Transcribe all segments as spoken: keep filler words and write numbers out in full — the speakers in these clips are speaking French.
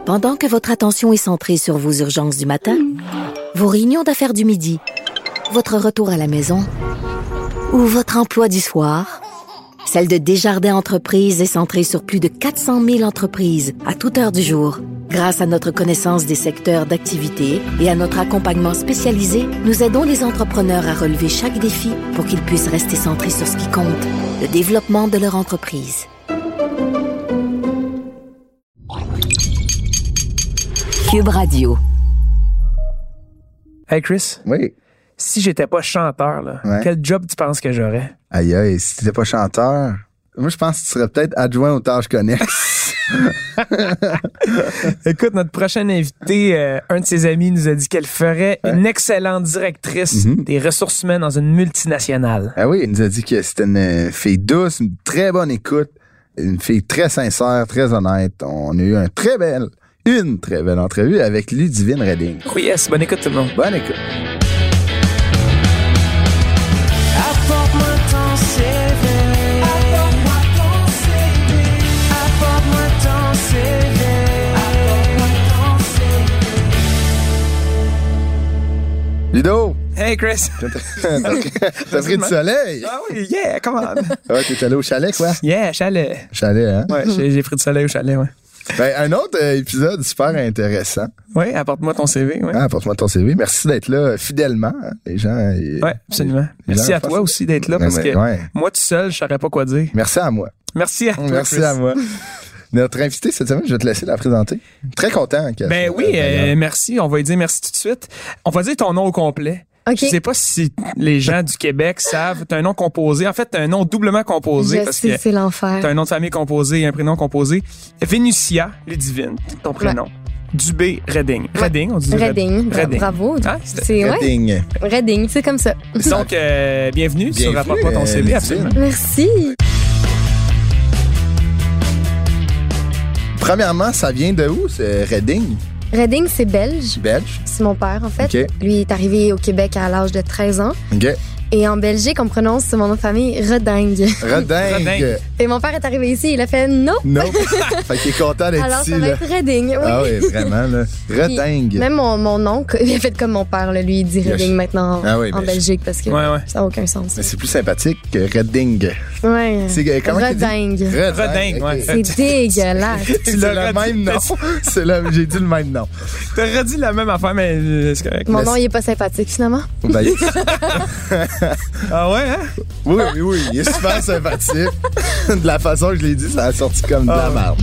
Pendant que votre attention est centrée sur vos urgences du matin, vos réunions d'affaires du midi, votre retour à la maison ou votre emploi du soir, celle de Desjardins Entreprises est centrée sur plus de quatre cent mille entreprises à toute heure du jour. Grâce à notre connaissance des secteurs d'activité et à notre accompagnement spécialisé, nous aidons les entrepreneurs à relever chaque défi pour qu'ils puissent rester centrés sur ce qui compte, le développement de leur entreprise. Cube Radio. Hey Chris. Oui. Si j'étais pas chanteur, là, ouais. quel job tu penses que j'aurais? Aïe aïe, si t'étais pas chanteur, moi je pense que tu serais peut-être adjoint aux tâches connexes. Écoute, notre prochaine invitée, euh, un de ses amis nous a dit qu'elle ferait ouais. une excellente directrice mm-hmm. des ressources humaines dans une multinationale. Ah oui, il nous a dit que c'était une fille douce, une très bonne écoute, une fille très sincère, très honnête. On a eu un très belle, une très belle entrevue avec Ludivine Reding. Oui, yes, bonne écoute tout le monde. Bonne écoute. Ludo! Hey Chris! T'as pris du soleil? Ah oui, yeah, come on! Ouais, t'es allé au chalet, quoi? Yeah, chalet. Chalet, hein? Ouais, j'ai, j'ai pris du soleil au chalet, ouais. Ben, un autre euh, épisode super intéressant. Oui, apporte-moi ton C V. Ouais. Ah, apporte-moi ton C V. Merci d'être là fidèlement. Hein, les gens. Oui, absolument. Merci à toi aussi d'être là, parce mais, que ouais. moi, tout seul, je saurais pas quoi dire. Merci à moi. Merci à toi, Merci Chris. à moi. Notre invité cette semaine, je vais te laisser la présenter. Très content. Ben oui, euh, merci. On va lui dire merci tout de suite. On va dire ton nom au complet. Okay. Je sais pas si les gens du Québec savent. T'as un nom composé. En fait, t'as un nom doublement composé. Je parce sais, que c'est l'enfer. T'as un nom de famille composé et un prénom composé. Vénusia Ludivine, ton prénom. Ouais. Dubé Reding. Reding, on dit Reding. Reding. Bravo. Ah, c'est Reding. Ouais. Reding, c'est comme ça. Donc, euh, bienvenue, bienvenue sur Rapporte-moi ton C V. Euh, absolument. Merci. Premièrement, ça vient de où, c'est Reding? Reding, c'est belge. Belge. C'est mon père, en fait. Okay. Lui est arrivé au Québec à l'âge de treize ans. OK. Et en Belgique, on prononce mon nom de famille Reding. Reding. Et mon père est arrivé ici, il a fait non. Non. Fait qu'il est content d'être Alors, ici. Alors, ça va là. être Reding. Oui. Ah oui, vraiment, là. Reding. Puis, même mon, mon oncle, il a fait comme mon père, là. Lui, il dit Reding maintenant ah oui, en Belgique parce que ouais, ouais. ça n'a aucun sens. Mais c'est plus sympathique que Reding. Ouais. C'est, comment Reding. Reding. Reding, ouais. C'est dégueulasse. C'est, c'est le même nom. C'est le, j'ai dit le même nom. T'as redit la même affaire, mais c'est correct. Mon mais nom, c'est... il est pas sympathique, finalement. Ben, il... ah ouais, hein? Oui, oui, oui. Il est super sympathique. De la façon que je l'ai dit, ça a sorti comme de la merde.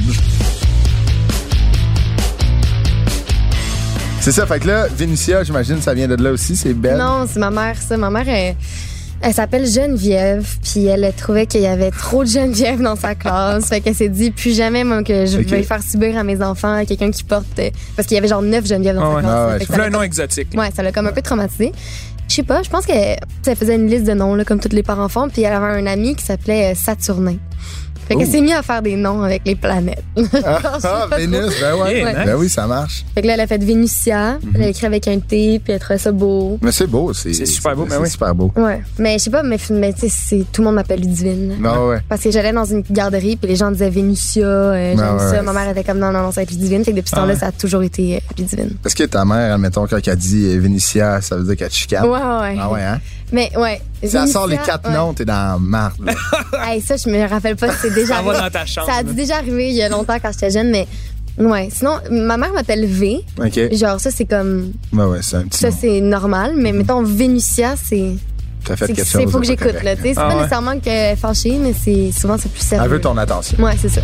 C'est ça, fait que là, Vénusia, j'imagine, ça vient de là aussi, c'est belle. Non, c'est ma mère, ça. Ma mère, elle, elle s'appelle Geneviève, puis elle, elle trouvait qu'il y avait trop de Geneviève dans sa classe. Fait qu'elle s'est dit, plus jamais, moi, que je okay. vais faire subir à mes enfants à quelqu'un qui porte... Parce qu'il y avait genre neuf Geneviève dans oh, sa ouais. classe. Ah, ouais. Fait je voulais un nom exotique. Ouais, ça l'a comme un peu traumatisé. Je sais pas, je pense qu'elle faisait une liste de noms, là, comme tous les parents font, puis elle avait un ami qui s'appelait Saturnin. Fait qu'elle s'est mise à faire des noms avec les planètes. Ah, ah Vénus, ben ouais. Yeah, ouais. Nice. Ben oui, ça marche. Fait que là, elle a fait Vénusia, mm-hmm. elle a écrit avec un T, puis elle trouvait ça beau. Mais c'est beau, c'est, c'est super beau, c'est, ben oui. C'est super beau. Ouais, mais je sais pas, mais, mais tu sais, tout le monde m'appelle Ludivine. Non, ouais. Parce que j'allais dans une garderie, puis les gens disaient Vénusia, euh, j'aime ben, ça. Ouais. Ma mère était comme non, non, non, ça va être Ludivine. Fait que depuis ce ah, temps-là, ouais. ça a toujours été euh, Ludivine. Est-ce que ta mère, admettons, quand elle dit euh, Vénusia, ça veut dire qu'elle te chicane? Ouais, ouais. Ah ouais, hein? Mais ouais. Si elle sort les quatre ouais. noms, t'es dans marde. Hey, ça, je me rappelle pas si c'est déjà arrivé. Dans ta chambre, ça a dû déjà arrivé il y a longtemps quand j'étais jeune, mais ouais. Sinon, ma mère m'appelle V. OK. Genre, ça, c'est comme. Ouais, ouais, c'est un petit. Ça, nom. C'est normal, mais mm-hmm. mettons, Vénusia, c'est. T'as fait c'est, quelque c'est chose. faut que j'écoute, là. Tu sais, c'est ah, pas ouais. nécessairement qu'elle est fâchée, mais c'est, souvent, c'est plus sérieux. Elle veut ton attention. Ouais, c'est ça.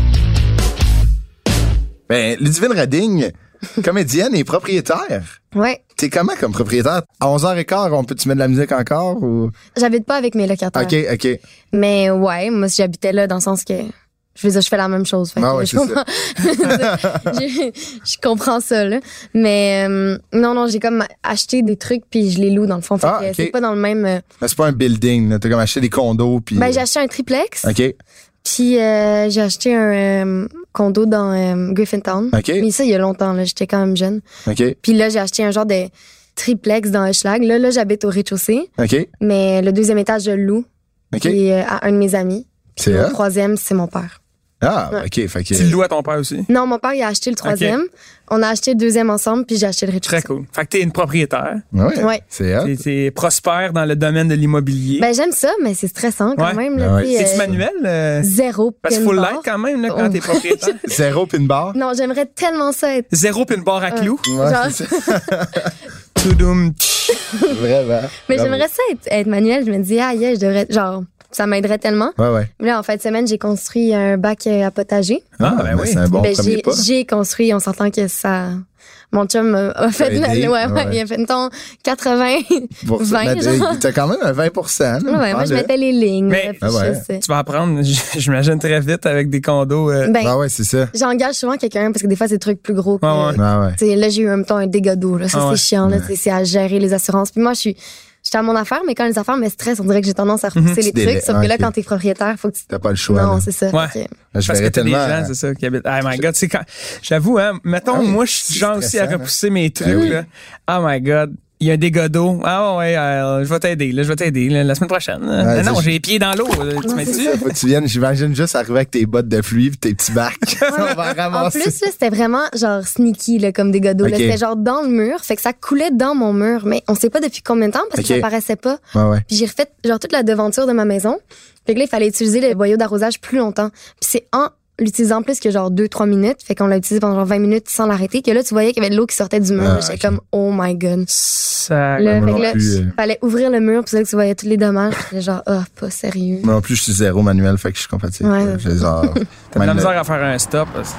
Ben, Ludivine Reding, comédienne et propriétaire. Ouais. T'es comment comme propriétaire? À onze heures quinze, on peut-tu mettre de la musique encore ou? J'habite pas avec mes locataires. OK, OK. Mais ouais, moi, si j'habitais là, dans le sens que, je veux dire, je fais la même chose. Fait ah que ouais, je, c'est comprends... je, je comprends ça, là. Mais euh, non, non, j'ai comme acheté des trucs puis je les loue, dans le fond. Fait ah, que okay. c'est pas dans le même... Euh... Mais c'est pas un building, là. T'as comme acheté des condos puis... Ben, j'ai acheté un triplex. OK. Puis euh, j'ai acheté un euh, condo dans euh, Griffintown. OK. Mais ça, il y a longtemps, là. J'étais quand même jeune. OK. Puis là, j'ai acheté un genre de triplex dans Hochelag. Là, là, j'habite au rez-de-chaussée. OK. Mais le deuxième étage, je le loue. OK. Puis euh, à un de mes amis. C'est le là? troisième, c'est mon père. Ah, Ouais. OK. Fait que... Tu le loues à ton père aussi? Non, mon père, il a acheté le troisième. Okay. On a acheté le deuxième ensemble, puis j'ai acheté le rez-de-chaussée. Très cool. Fait que t'es une propriétaire. Ouais. Ouais. C'est hot. T'es, t'es prospère dans le domaine de l'immobilier. Ben, j'aime ça, mais c'est stressant quand ouais. même. Ben Là, ouais. C'est-tu euh, manuel? Euh... Zéro Parce qu'il pin faut bar. l'être quand même là, quand oh. t'es propriétaire. Zéro pin bar? Non, j'aimerais tellement ça être. Zéro pin bar à clous? Ouais, Genre... c'est ça. Toudoum. Vraiment. Mais Bravo. j'aimerais ça être, être manuel. Je me dis, ah, yeah, je devrais. Genre, ça m'aiderait tellement. Ouais, ouais. Mais là, en fin de semaine, j'ai construit un bac à potager. Ah, Ah, ben ben oui. c'est un bon Ben, premier j'ai, pas. j'ai construit, on s'entend que ça. Mon chum a fait, aidé, ouais, ouais, ouais. il a fait, mettons, quatre-vingts, Pour ça, vingt, ben, genre. t'as quand même un vingt pour cent. Là, Ouais, moi, je mettais les lignes. Mais- là, puis Ah ouais. je sais. Tu vas apprendre, j'imagine, très vite avec des condos. Euh... Ben, Ah ouais, c'est ça. j'engage souvent quelqu'un parce que des fois, c'est des trucs plus gros que. Ah ouais. Ah ouais. T'sais, là, j'ai eu un, mettons, un dégât d'eau. Là. Ça, Ah c'est ouais. chiant. Là, Ouais. t'sais, c'est à gérer les assurances. Puis moi, je suis. J'étais à mon affaire, mais quand les affaires me stressent, on dirait que j'ai tendance à repousser les Petit délai. trucs. Sauf Ah, que là, ok. quand t'es propriétaire, faut que tu. T'as pas le choix. Non, là. c'est ça. Ouais. Fait que- Je Parce verrais que t'as des tellement. gens, c'est ça, qui habitent. Oh my God, c'est quand. J'avoue, hein, mettons, Ah oui, moi, je suis c'est genre aussi à stressant, repousser mes trucs, Ah oui. là. Oh my God. Il y a un dégât d'eau. Ah ouais, euh, je vais t'aider, là, je vais t'aider, là, la semaine prochaine. Ouais, non, non, c'est- j'ai les pieds dans l'eau. là, Tu Non, m'as-tu? Faut que tu viennes, j'imagine juste arriver avec tes bottes de pluie pis tes petits bacs. On va En ramasser. plus, là, c'était vraiment genre sneaky là, comme dégât d'eau. là. Ok. C'était genre dans le mur, fait que ça coulait dans mon mur, mais on sait pas depuis combien de temps parce Ok. que ça paraissait pas. Ouais, ouais. Puis j'ai refait genre toute la devanture de ma maison. Fait que là, il fallait utiliser le boyau d'arrosage plus longtemps. Puis c'est en l'utilisant plus que genre deux trois minutes, fait qu'on l'a utilisé pendant genre vingt minutes sans l'arrêter, que là, tu voyais qu'il y avait de l'eau qui sortait du mur. Ah, Là, J'étais ok. comme, oh my God. Ça. Là, moi fait non que là, plus, euh. fallait ouvrir le mur, puis c'est là que tu voyais tous les dommages. Puis j'étais genre, ah, pas sérieux. Moi non plus, je suis zéro manuel, fait que je suis compatible. Ouais, Je fais genre. T'as de la même misère à faire un stop. parce-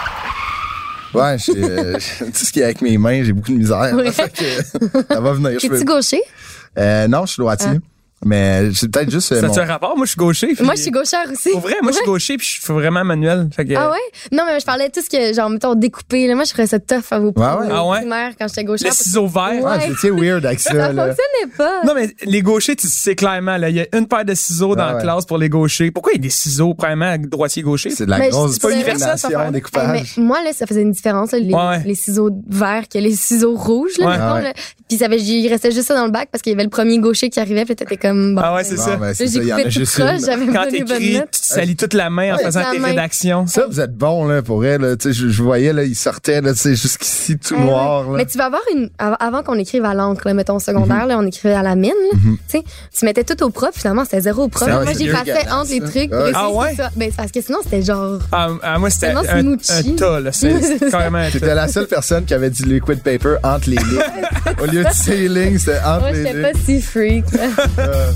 le- Ouais, je suis, euh, tout ce qui est avec mes mains, j'ai beaucoup de misère. Ouais. Fait que ça va venir. Je Es-tu peux- gaucher? Euh, non, je suis droitier. Ah. Mais c'est peut-être juste. euh, Ça mon- a un rapport? Moi, je suis gaucher. puis- Moi, je suis gauchère aussi. Pour vrai, moi, je suis Ouais. gaucher, puis je suis vraiment manuel. Fait que, Ah ouais? Non, mais je parlais de tout ce que, genre, mettons, découpé. Là, moi, je ferais ça tough à vos Ouais, ouais. Ah ouais? primaires quand j'étais gauchère. Le ciseau vert. Ouais, Ouais. c'était weird avec ça. Ça là. fonctionnait pas. Non, mais les gauchers, tu sais clairement, là, il y a une paire de ciseaux dans Ah la ouais. classe pour les gauchers. Pourquoi il y a des ciseaux, premièrement, droitier-gaucher? C'est de la Mais grosse c'est pas universel, cette affaire-là. discrimination, Eh, mais découpage. moi, là, ça faisait une différence, là, les, Ouais, ouais. les ciseaux verts que les ciseaux rouges, là, Ouais. mettons, Ah ouais. là. Puis ça avait, il restait juste ça dans le bac parce qu'il y avait le premier gaucher qui arrivait, puis t'étais comme, bon. Ah ouais, c'est Bon, ça. ben, c'est Là, ça, j'ai il y en coupé a tout juste proche, une. j'avais Quand pas les bonnes t'écris, notes. tu te salis toute la main en Ouais, faisant la tes main. rédactions. Ça, vous êtes bon, là, pour elle, là. Tu sais, je, je voyais, là, il sortait, là, tu sais, jusqu'ici, tout Eh noir, ouais. là. Mais tu vas avoir une. av- Avant qu'on écrive à l'encre, là, mettons au secondaire, là, on écrivait à la mine. là, Mhm. Tu sais, tu mettais tout au propre, finalement, c'était zéro au propre. C'est- ouais, Moi, c'est j'ai passé dégueulasse, entre les ça. trucs. Ah pour ouais. essayer Ah ouais? ça. Ben, c'est parce que sinon, c'était genre. Ah, ah, moi, c'était Tellement un, smoothie. un tas, là. C'est c'est carrément un tas. T'étais la seule personne qui avait du liquid paper entre les lignes. Au lieu de ces lignes, c'était entre Moi, les j'étais lignes. pas si freak. là. Euh.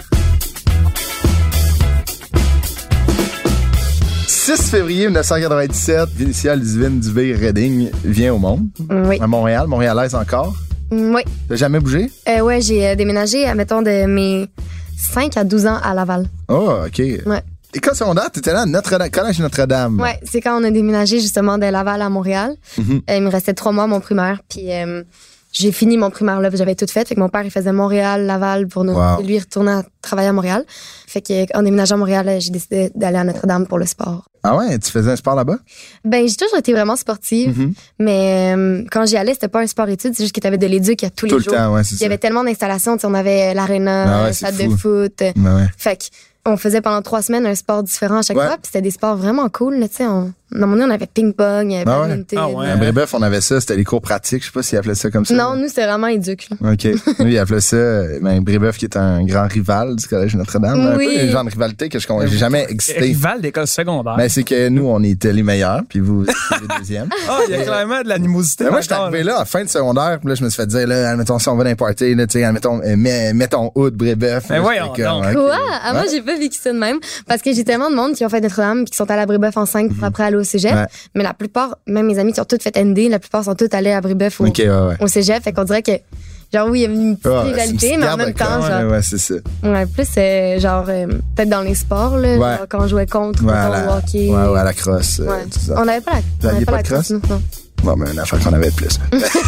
six février mille neuf cent quatre-vingt-dix-sept, Vénitia Ludivine Dubé Redding vient au monde. Oui. À Montréal, montréalaise encore. Oui. T'as jamais bougé? Euh, ouais, j'ai euh, déménagé, mettons, de mes cinq à douze ans à Laval. Oh, OK. Ouais. École secondaire, t'étais là à Notre-Dame, Collège Notre-Dame. Ouais, c'est quand on a déménagé justement de Laval à Montréal. Mhm. Euh, il me restait trois mois mon primaire, puis euh, j'ai fini mon primaire là, j'avais tout fait. Fait que mon père il faisait Montréal, Laval pour nous. Wow. Et lui il retournait à travailler à Montréal. Fait que en déménageant à Montréal, euh, j'ai décidé d'aller à Notre-Dame pour le sport. Ah ouais, tu faisais un sport là-bas? Ben j'ai toujours été vraiment sportive, Mhm. mais euh, quand j'y allais c'était pas un sport étude, c'est juste que t'avais de l'éduc à tous Tout les le jours. temps, ouais, c'est Il y ça. avait tellement d'installations, tu sais, on avait l'aréna, Ah ouais, le c'est stade fou. de foot. Ouais, ouais. Fait que on faisait pendant trois semaines un sport différent à chaque Ouais. fois, puis c'était des sports vraiment cool. Là, tu sais, on, à un moment donné, on avait ping-pong, Ah ouais? badminton. Ah ouais. À Brébeuf, on avait ça, c'était les cours pratiques. Je sais pas s'ils appelaient ça comme ça. Non, nous c'était vraiment éduc. là. OK. Nous, ils appelaient ça, euh, ben, Brébeuf qui est un grand rival du Collège Notre-Dame. Oui. Un peu le genre de rivalité que je comprends. J'ai jamais existé. Rival d'école secondaire. Ben, c'est que nous, on était les meilleurs, puis vous, vous étiez les deuxièmes. Ah, il y a clairement de l'animosité. Ben, moi, j'étais encore, arrivé là en fin de secondaire, puis là, je me suis fait dire, là, admettons, si on va dans un party, là, tu sais, admettons, euh, mets, mets ton hood Brébeuf. Ben Là, voyons j'étais comme, donc. OK. Quoi? Ah, moi, Ouais. j'ai pas vécu ça de même. Parce que j'ai tellement de monde qui ont fait Notre-Dame puis qui sont allés à Brébeuf en cinq pour après aller au cégep. Ouais. Mais la plupart, même mes amis qui ont toutes fait N D, la plupart sont toutes allés à Brébeuf au, OK, ouais, ouais. au cégep. Fait qu'on dirait que, genre, oui, il y a une petite Ah, c'est une rivalité, petite mais en garde même de temps, corps, genre, là, ouais, c'est ça. ouais, plus, euh, genre, euh, peut-être dans les sports, là, Ouais. genre, quand on jouait contre, Ouais, mettons, à la, au hockey. ouais, ouais, à la crosse. euh, Ouais. tout ça. On n'avait pas la, Vous on aviez avait pas pas la de crosse, crosse? nous, non. Bon, ben, une affaire qu'on avait de plus.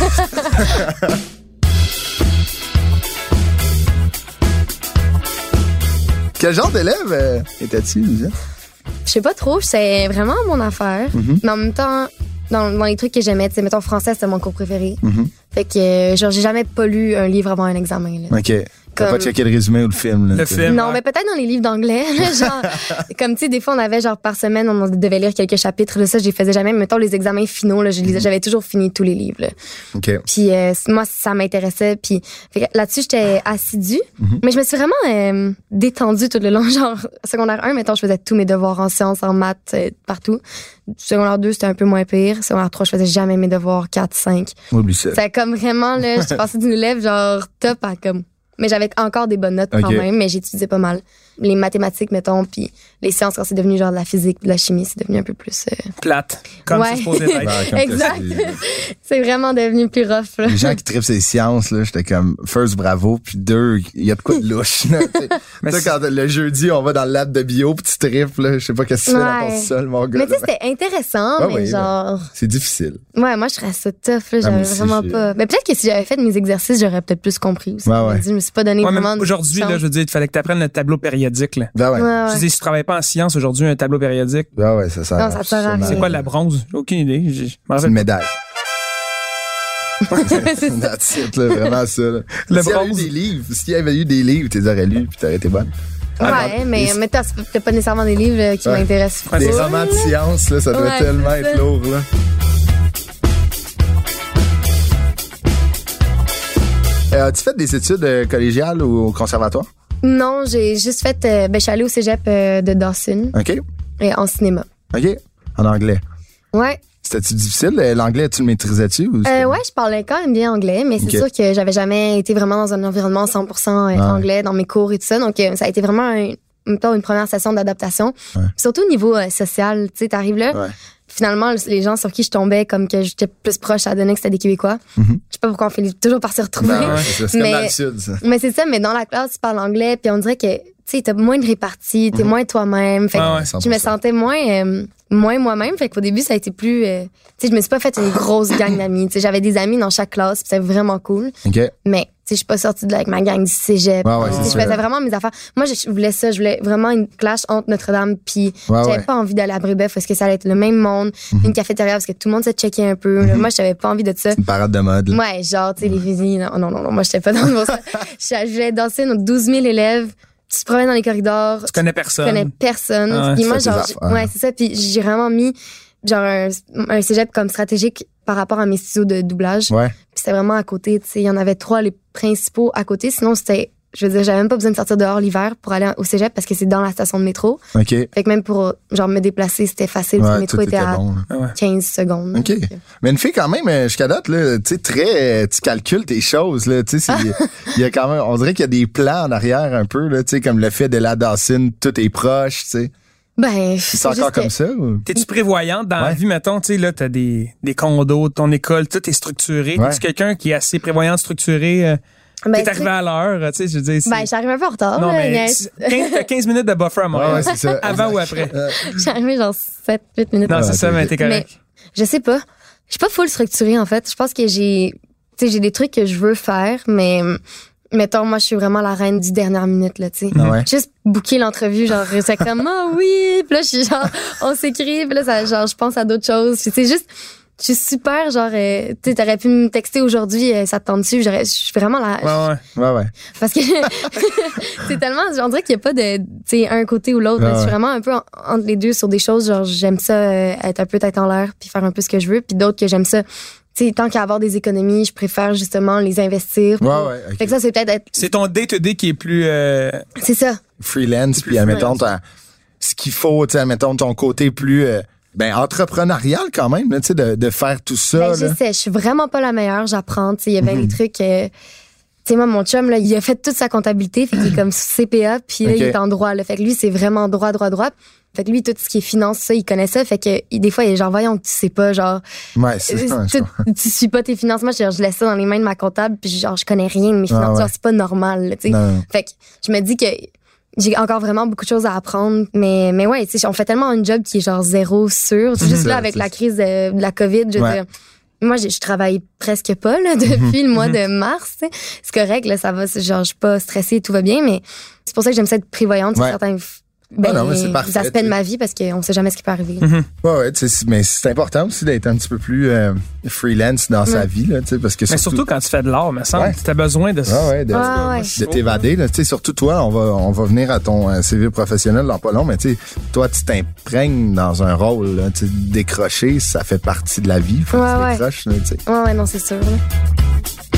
Quel genre d'élève euh, étais-tu, Lisa? Je sais pas trop, c'est vraiment mon affaire. Mhm. Mais en même temps, dans, dans les trucs que j'aimais, tu sais, mettons, français, c'était mon cours préféré. Mhm. Fait que, euh, genre, j'ai jamais pas lu un livre avant un examen, là. OK. T'as Comme... pas checké le résumé ou le film, là. Le t'sais. film. Non, ouais. mais peut-être dans les livres d'anglais. là, genre, comme, tu sais, des fois, on avait, genre, par semaine, on devait lire quelques chapitres. Là, ça, je les faisais jamais. Mettons, les examens finaux, là, je lisais, j'avais toujours fini tous les livres. Là. OK. Puis, euh, moi, ça m'intéressait. Puis, fait que là-dessus, j'étais assidue. Mm-hmm. Mais je me suis vraiment euh, détendue tout le long. Genre, secondaire un, mettons, je faisais tous mes devoirs en sciences, en maths, euh, partout. Secondaire deux, c'était un peu moins pire. Secondaire trois, je faisais jamais mes devoirs. quatre, cinq. Oublie ça. C'est comme vraiment, là, j'étais passée d'une élève, genre, top à comme... Mais j'avais encore des bonnes notes quand Okay. même, mais j'étudiais pas mal. Les mathématiques, mettons, puis les sciences, quand c'est devenu genre de la physique, de la chimie, c'est devenu un peu plus... Euh... Plate, comme Ouais. c'est supposé être. Ouais, comme Exact. t'as- C'est vraiment devenu plus rough. Là. Les gens qui trippent ces sciences, là, j'étais comme, first, bravo, puis deux, il y a de quoi de louche, là, tu sais. Mais Tu sais, c'est- quand le jeudi, on va dans le lab de bio, puis tu trippes, là, je sais pas qu'est-ce que tu fais dans ton Ouais. sol, mon gars. Mais tu sais, là. c'était intéressant, Ouais, mais ouais, genre... C'est difficile. Ouais, moi, je serais ça tough, là. Ah, moi J'avais aussi, vraiment j'ai- pas... Mais peut-être que si j'avais fait mes exercices, j'aurais peut-être plus compris aussi. Ouais, Je me ouais. dis, Je me suis pas donné Ouais, même vraiment... de aujourd'hui, là, chance. je veux dire, il fallait que tu apprennes le tableau périodique. Là. Ben ouais. Ouais, Je ouais. veux dire, si tu travailles pas en sciences aujourd'hui, un tableau périodique, Ben ouais, ça sert Non, ça sert à absolument rien. c'est quoi la bronze? J'ai aucune idée. J'ai- je m'en C'est une rappelle médaille. C'est ça. That's it, là, vraiment ça, là. Le S'il y avait eu bronze. des livres, s'il y avait eu des livres, tu les aurais lus, puis t'aurais été bonne. Ouais, mais, Et- mais t'as t'as pas nécessairement des livres là, qui Ouais. m'intéressent. Ouais, Des c'est ça. romans de science, là, ça doit Ouais, tellement c'est être ça. lourd, là. Euh, As-tu fait des études euh, collégiales ou au conservatoire? Non, j'ai juste fait... euh, ben, je suis allée au cégep euh, de Dawson OK. et en cinéma. OK. En anglais. Ouais. C'était-tu difficile? Euh, L'anglais, tu le maîtrisais-tu? Ou c'était- Euh, ouais, je parlais quand même bien anglais, mais c'est Ok. sûr que j'avais jamais été vraiment dans un environnement cent pour cent euh, Ouais. anglais dans mes cours et tout ça. Donc, euh, ça a été vraiment un, mettons, une première session d'adaptation. Ouais. Surtout au niveau euh, social, tu sais, t'arrives là, Ouais. finalement, les gens sur qui je tombais, comme que j'étais plus proche, ça donnait que c'était des Québécois. Mhm. Je sais pas pourquoi on finit toujours par se retrouver. Ben ouais, c'est ça. C'est comme Mais- dans le sud, ça. Mais c'est ça, mais dans la classe, tu parles anglais, puis on dirait que, tu sais, t'as moins de répartie, t'es Mhm. moins toi-même. Fait que Ouais, ouais. cent pour je me cent. sentais moins, euh, moins moi-même. Fait qu'au début, ça a été plus, euh, tu sais, je me suis pas fait une grosse gang d'amis. Tu sais, j'avais des amis dans chaque classe, puis c'était vraiment cool. OK. Mais, tu sais, je suis pas sortie de là avec ma gang du cégep. Ouais, ouais, Tu sais, c'est je faisais sûr. vraiment mes affaires. Moi, je je voulais ça. Je voulais vraiment une clash entre Notre-Dame, puis Ouais, j'avais ouais. pas envie d'aller à Brébeuf parce que ça allait être le même monde, une cafétéria parce que tout le monde se checkait un peu. Là. Moi, j'avais pas envie de ça. Une parade de mode, là. Ouais, genre, tu sais, les fusils, non, non, non, non, moi, j'étais pas dans le bon sens. Je je voulais danser nos douze mille élèves, tu te promènes dans les corridors, Tu connais tu personne. connais personne. Ah ouais, Puis moi, tu fais tes genre, affaires. j'ai- ouais, c'est ça. Puis j'ai vraiment mis, genre, un, un cégep comme stratégique par rapport à mes studios de doublage. Ouais. Puis c'était vraiment à côté, tu sais, il y en avait trois, les principaux à côté. Sinon, c'était, je veux dire, j'avais même pas besoin de sortir dehors l'hiver pour aller au cégep parce que c'est dans la station de métro. OK. Fait que même pour, genre, me déplacer, c'était facile. Ouais, le métro tout était était à bon, là. Ah ouais. quinze secondes. OK. Mais une fille, quand même, euh, jusqu'à date, là, tu sais, très, euh, tu calcules tes choses, là, tu sais, c'est- il y a quand même, on dirait qu'il y a des plans en arrière un peu, là, tu sais, comme le fait de la Dawson, tout est proche, tu sais. Ben, C'est encore comme ça, ou? T'es-tu prévoyante dans la Ouais. vie, mettons, tu sais, là, t'as des, des condos, ton école, tout est structuré. Ouais. T'es-tu quelqu'un qui est assez prévoyant, structuré? euh, Ben, T'es tu arrivé sais- à l'heure, tu sais, je veux dire. c'est- Ben, j'arrive un peu en retard. non, là, mais Inès. quinze, t'as quinze minutes de buffer à Ouais, Montréal. ouais, c'est ça. Avant ou après? J'arrivais genre sept, huit minutes. Non, Ah, c'est ça, ok, mais ok. t'es correct. Je sais pas. Je suis pas full structurée, en fait. Je pense que j'ai, tu sais, j'ai des trucs que je veux faire, mais, mettons, moi, je suis vraiment la reine du dernière minute, là, tu sais. Ah ouais. Juste booker l'entrevue, genre, c'est comme, ah oui! Puis là, je suis genre, on s'écrit, puis là, ça, genre, je pense à d'autres choses. Puis c'est juste, je suis super, genre, euh, tu sais, t'aurais pu me texter aujourd'hui, euh, ça te tente dessus. J'aurais- Je suis vraiment la, Ouais, ouais. Ouais, ouais. parce que c'est tellement, on dirait qu'il y a pas de, tu sais, un côté ou l'autre. Ah Je suis ouais. vraiment un peu en- entre les deux sur des choses. Genre, j'aime ça euh, être un peu tête en l'air puis faire un peu ce que je veux. Puis d'autres que j'aime ça. Tu sais, tant qu'à avoir des économies, je préfère justement les investir. Ouais, pour- ouais, ok. Fait que ça, c'est peut-être être. C'est ton day-to-day qui est plus... euh, C'est ça. Freelance, plus puis, admettons, freelance. ton- ce qu'il faut, tu sais, admettons, ton côté plus, euh, ben, entrepreneurial quand même, là, tu sais, de, de faire tout ça, Ben, je là. sais, je suis vraiment pas la meilleure. J'apprends. Tu sais, il y a bien Mhm. des trucs. euh, tu sais, moi, mon chum, là, il a fait toute sa comptabilité. Fait qu'il est comme C P A, puis là, Ok. il est en droit. Là. Fait que lui, c'est vraiment droit, droit, droit. Fait que lui, tout ce qui est finance, ça, il connaît ça. Fait que il- des fois, il est genre, voyons que tu sais pas, genre, Ouais, c'est ça. Euh, tu, tu suis pas tes finances. Moi, je, je laisse ça dans les mains de ma comptable, puis genre, je connais rien de mes finances. Ah ouais. Genre, c'est pas normal, là, tu sais. Non, non. Fait que je me dis que j'ai encore vraiment beaucoup de choses à apprendre. Mais, mais ouais, tu sais, on fait tellement un job qui est genre zéro sûr. C'est juste Mhm. là, avec C'est la ça. crise de, de la COVID, je veux Ouais. dire. Moi, je, je travaille presque pas, là, depuis le mois de mars, tu sais. C'est correct, là, ça va, c'est genre, je suis pas stressée, tout va bien, mais c'est pour ça que j'aime ça être prévoyante sur Ouais. certains, ben, ah non, mais c'est parfait, aspects de ma vie parce qu'on sait jamais ce qui peut arriver. Mm-hmm. Ouais, ouais, mais c'est important aussi d'être un petit peu plus euh, freelance dans mm. sa vie, là, parce que surtout, mais surtout quand tu fais de l'art, me semble, ouais. tu as besoin de, ah ouais, de, ah ouais. de t'évader. Là, surtout toi, on va, on va venir à ton euh, C V professionnel dans pas long, mais toi, tu t'imprègnes dans un rôle. Là, décrocher, ça fait partie de la vie. Faut ouais, que tu ouais. décroches. Là, ouais, ouais, non, c'est sûr. Là.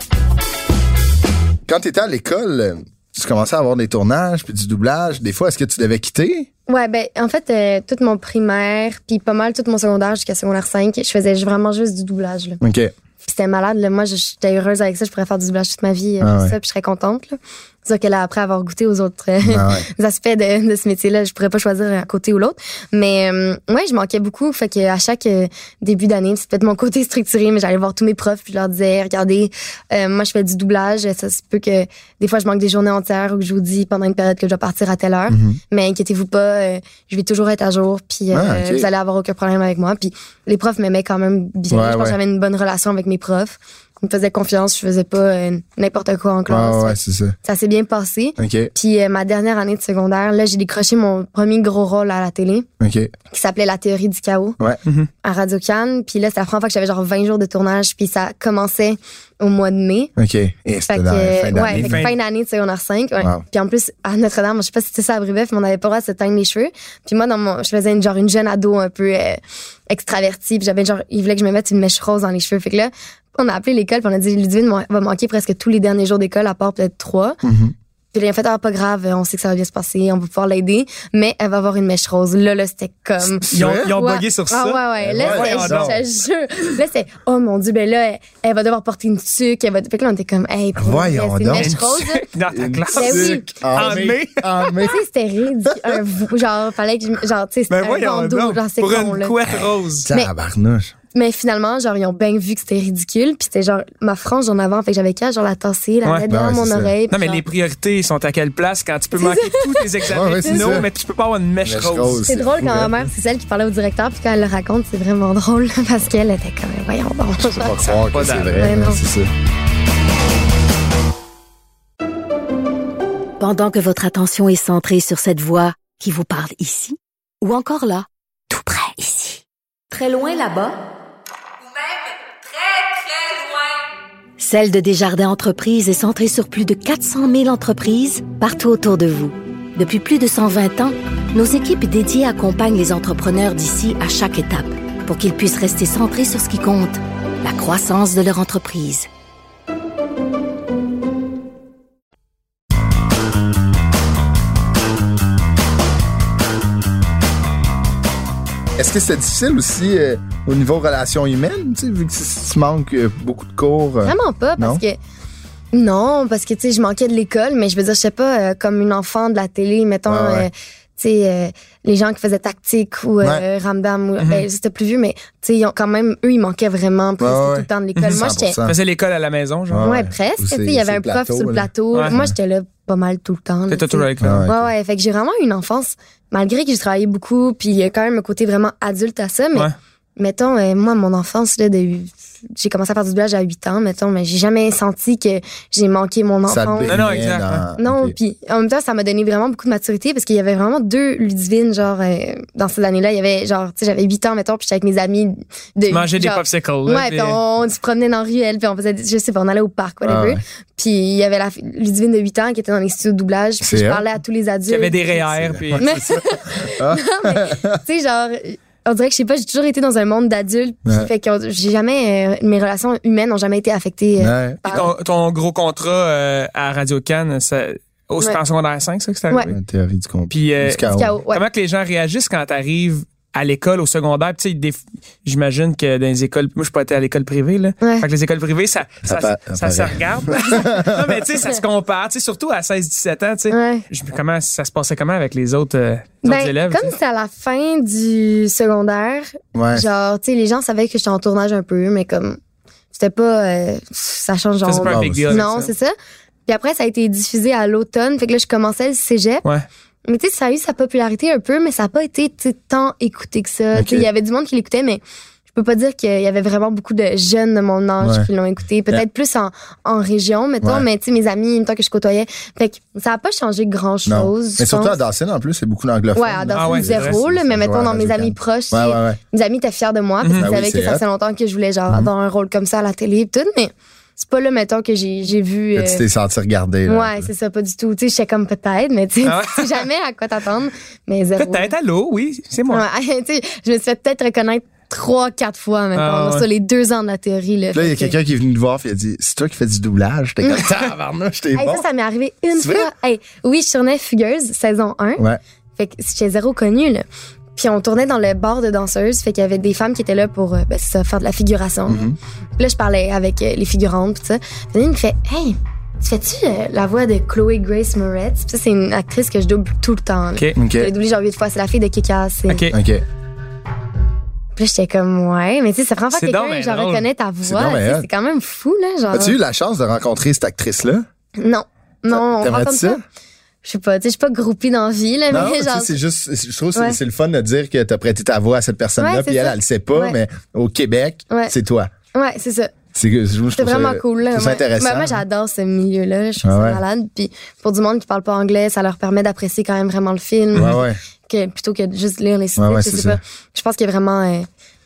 Quand tu étais à l'école, tu commençais à avoir des tournages puis du doublage. Des fois, est-ce que tu devais quitter? Ouais, ben en fait, euh, toute mon primaire puis pas mal tout mon secondaire jusqu'à secondaire cinq, je faisais vraiment juste du doublage. Là. OK. C'était malade. Là. Moi, j'étais heureuse avec ça. Je pourrais faire du doublage toute ma vie. Ah, ouais. ça, puis je serais contente. Là. C'est-à-dire que là, après avoir goûté aux autres euh, ah, ouais. aspects de, de ce métier-là, je pourrais pas choisir un côté ou l'autre. Mais euh, ouais, je manquais beaucoup. Fait que à chaque euh, début d'année, c'était peut-être mon côté structuré, mais j'allais voir tous mes profs puis je leur disais, regardez, euh, moi, je fais du doublage. Ça se peut que des fois, je manque des journées entières ou que je vous dis pendant une période que je dois partir à telle heure. Mm-hmm. Mais inquiétez-vous pas, euh, je vais toujours être à jour. Puis euh, ah, okay. vous allez avoir aucun problème avec moi. Puis les profs m'aimaient quand même bien. Ouais, je pense ouais. que j'avais une bonne relation avec mes profs. Ils me faisaient confiance, je faisais pas euh, n'importe quoi en classe. Ah ouais, c'est ça. Ça s'est bien passé. Okay. Puis euh, ma dernière année de secondaire, là, j'ai décroché mon premier gros rôle à la télé. Okay. Qui s'appelait La théorie du chaos. Ouais. Mm-hmm. À Radio-Can. Puis là, c'était la première fois que j'avais genre vingt jours de tournage. Puis ça commençait au mois de mai. OK. Et c'était dans la fin d'année. Ouais, fait fin d'année de secondaire cinq. Ouais. Wow. Puis en plus, à Notre-Dame, je sais pas si c'était ça à Brébeuf, mais on n'avait pas le droit de se teindre les cheveux. Puis moi, dans mon, je faisais une, genre une jeune ado un peu euh, extravertie. Puis j'avais genre, il voulait que je me mette une mèche rose dans les cheveux. Fait que là, on a appelé l'école, puis on a dit Ludivine va manquer presque tous les derniers jours d'école, à part peut-être trois. Mm-hmm. Puis là, en fait, ah, pas grave, on sait que ça va bien se passer, on va pouvoir l'aider, mais elle va avoir une mèche rose. Là, là, c'était comme... Ils ont, ils ont ouais. bugué sur ça? Ah ouais, ouais. Là, ouais, c'était, je te jure. Là, c'est, oh mon Dieu, ben là, elle, elle va devoir porter une tuque, elle va... Fait que là, on était comme, hey, pour voyons c'est une mèche rose. Dans ta classe? Ben oui. En mai. En mai. Tu sais, c'était ridicule. Genre, fallait que je... Genre, tu sais, c'était ben un bandeau, genre, c'est con, là. Pour une couette rose. Tabarnouche. Mais finalement, genre, ils ont bien vu que c'était ridicule. Puis c'était genre, ma frange en avant. Fait que j'avais qu'à, genre, la tasser, la ouais, mettre dans ouais, mon oreille. Non, mais genre... les priorités sont à quelle place quand tu peux manquer tous tes examens ouais, finaux, ouais, mais tu peux pas avoir une mèche, mèche rose. rose. C'est, c'est drôle quand ma mère, c'est celle qui parlait au directeur. Puis quand elle le raconte, c'est vraiment drôle. Parce qu'elle était comme, voyons donc. Je peux pas croire que c'est vrai. Ouais, c'est ça. Pendant que votre attention est centrée sur cette voix qui vous parle ici, ou encore là, tout près ici, très loin là-bas, Celle de Desjardins Entreprises est centrée sur plus de quatre cent mille entreprises partout autour de vous. Depuis plus de cent vingt ans, nos équipes dédiées accompagnent les entrepreneurs d'ici à chaque étape pour qu'ils puissent rester centrés sur ce qui compte, la croissance de leur entreprise. Est-ce que c'est difficile aussi euh, au niveau relations humaines, tu sais, vu que tu manques euh, beaucoup de cours? Euh, Vraiment pas, parce non? que... Non, parce que, tu sais, je manquais de l'école, mais je veux dire, je sais pas, euh, comme une enfant de la télé, mettons, ah ouais. euh, tu sais, euh, les gens qui faisaient Tactique ou euh, ouais. Ramdam, ou, mm-hmm. ben, c'était plus vieux, mais, tu sais, quand même, eux, ils manquaient vraiment presque ah ouais. tout le temps de l'école. Moi, j'étais... Tu faisais l'école à la maison, genre? Ouais, ouais presque, tu sais, il y avait un prof plateau, sur le plateau. Ouais. Moi, j'étais là pas mal tout le temps. T'étais toujours avec là. Ouais, ouais, fait que j'ai vraiment eu une enfance, malgré que j'ai travaillé beaucoup, puis il y a quand même un côté vraiment adulte à ça, mais... Ouais. Mettons, euh, moi, mon enfance, là, de, j'ai commencé à faire du doublage à huit ans, mettons, mais j'ai jamais senti que j'ai manqué mon enfance. Non, non, exact. Dans... Non, okay. Puis en même temps, ça m'a donné vraiment beaucoup de maturité parce qu'il y avait vraiment deux Ludivines, genre, euh, dans cette année-là, il y avait, genre, tu sais, j'avais huit ans, mettons, puis j'étais avec mes amis. De, manger genre, des popsicles. Ouais, puis on, on se promenait dans la ruelle, puis on faisait, je sais pas, on allait au parc, whatever. Ah ouais. Puis il y avait la Ludivine de huit ans qui était dans les studios de doublage, puis je parlais à tous les adultes. Il y avait des R E E R, puis... Mais... non, mais, tu sais, genre... On dirait que, je sais pas, j'ai toujours été dans un monde d'adultes, ouais. Fait que j'ai jamais, euh, mes relations humaines n'ont jamais été affectées. Euh, ouais. par... ton, ton gros contrat euh, à Radio-Can, ça, oh, c'était ouais. en secondaire cinq, ça, que c'était arrivé? Ouais. La théorie du complot. Puis, euh, du chaos. chaos ouais. Comment que les gens réagissent quand t'arrives à l'école, au secondaire? Tu sais, des... j'imagine que dans les écoles, moi, je suis pas été à l'école privée, là. Ouais. Fait que les écoles privées, ça, ça, ça, ça, ça se regarde. Non, mais tu sais, ça se compare. Tu sais, surtout à seize dix-sept ans, tu sais. Ouais. Comment, ça se passait comment avec les autres, euh, les ben, autres élèves? Comme c'est à la fin du secondaire, ouais. genre, tu sais, les gens savaient que j'étais en tournage un peu, mais comme, c'était pas, euh, ça change genre. C'est pas un big deal. Non, c'est ça. Puis après, ça a été diffusé à l'automne. Fait que là, je commençais le cégep. Ouais. Mais tu sais, ça a eu sa popularité un peu, mais ça n'a pas été tant écouté que ça. Okay. Il y avait du monde qui l'écoutait, mais je peux pas dire qu'il y avait vraiment beaucoup de jeunes de mon âge ouais. qui l'ont écouté. Peut-être yeah. plus en, en région, mettons, ouais. mais tu sais, mes amis, une temps que je côtoyais. Fait que ça a pas changé grand-chose. Mais surtout à Dawson, en plus, c'est beaucoup d'anglophones. Ouais, à Dawson, ah ouais, zéro, là, mais mettons, ouais, dans mes amis proches, ouais, ouais, ouais. mes amis étaient fiers de moi parce qu'ils mm-hmm. savaient oui, que ça faisait longtemps que je voulais, genre, mm-hmm. avoir un rôle comme ça à la télé et tout, mais c'est pas là, mettons, que j'ai, j'ai vu. Que euh... tu t'es senti regarder. Là, ouais, c'est ça, pas du tout. Tu sais, j'étais comme peut-être, mais tu sais, ah ouais. tu sais jamais à quoi t'attendre. Mais zéro. Peut-être, allô, oui, c'est moi. Ouais, tu sais, je me suis fait peut-être reconnaître trois, quatre fois, maintenant, ah ouais. sur les deux ans de la théorie. Là, là il y a quelqu'un qui est venu te voir et il a dit, c'est toi qui fais du doublage. T'es comme, tabarnouche, t'es bon. Ça, ça m'est arrivé une c'est fois. Hey, oui, je tournais Fugueuse, saison un. Ouais. Fait que j'étais zéro connue, là. Puis on tournait dans le bar de danseuses, fait qu'il y avait des femmes qui étaient là pour ben, ça, faire de la figuration. Mm-hmm. Puis là, je parlais avec euh, les figurantes, pis ça. Puis une me fait « Hey, tu fais-tu euh, la voix de Chloé Grace Moretz? » Puis ça, c'est une actrice que je double tout le temps. OK. Okay. Je l'ai doublée genre huit fois. C'est la fille de Kick-Ass. OK. OK. Puis là, j'étais comme « Ouais, mais tu sais, ça prend pas quelqu'un que j'en reconnais ta voix. C'est, c'est quand même fou, là. Genre... As-tu eu la chance de rencontrer cette actrice-là? Non. Non, on rencontre ça? Je sais pas, tu sais, je suis pas groupie dans la vie, là, non, mais genre. c'est juste, je trouve que ouais. c'est, c'est le fun de dire que t'as prêté ta voix à cette personne-là, ouais, puis elle, ça. elle le sait pas, ouais. mais au Québec, ouais. c'est toi. Ouais, c'est ça. C'est, je, je c'est vraiment ça, cool, là. C'est ouais. intéressant. Moi, moi, j'adore ce milieu-là, je trouve ah, ça ouais. malade. Puis pour du monde qui parle pas anglais, ça leur permet d'apprécier quand même vraiment le film. Ouais, ouais. Que, plutôt que de juste lire les sous-titres, ouais, ouais, je sais ça. pas. Je pense qu'il y a vraiment, euh,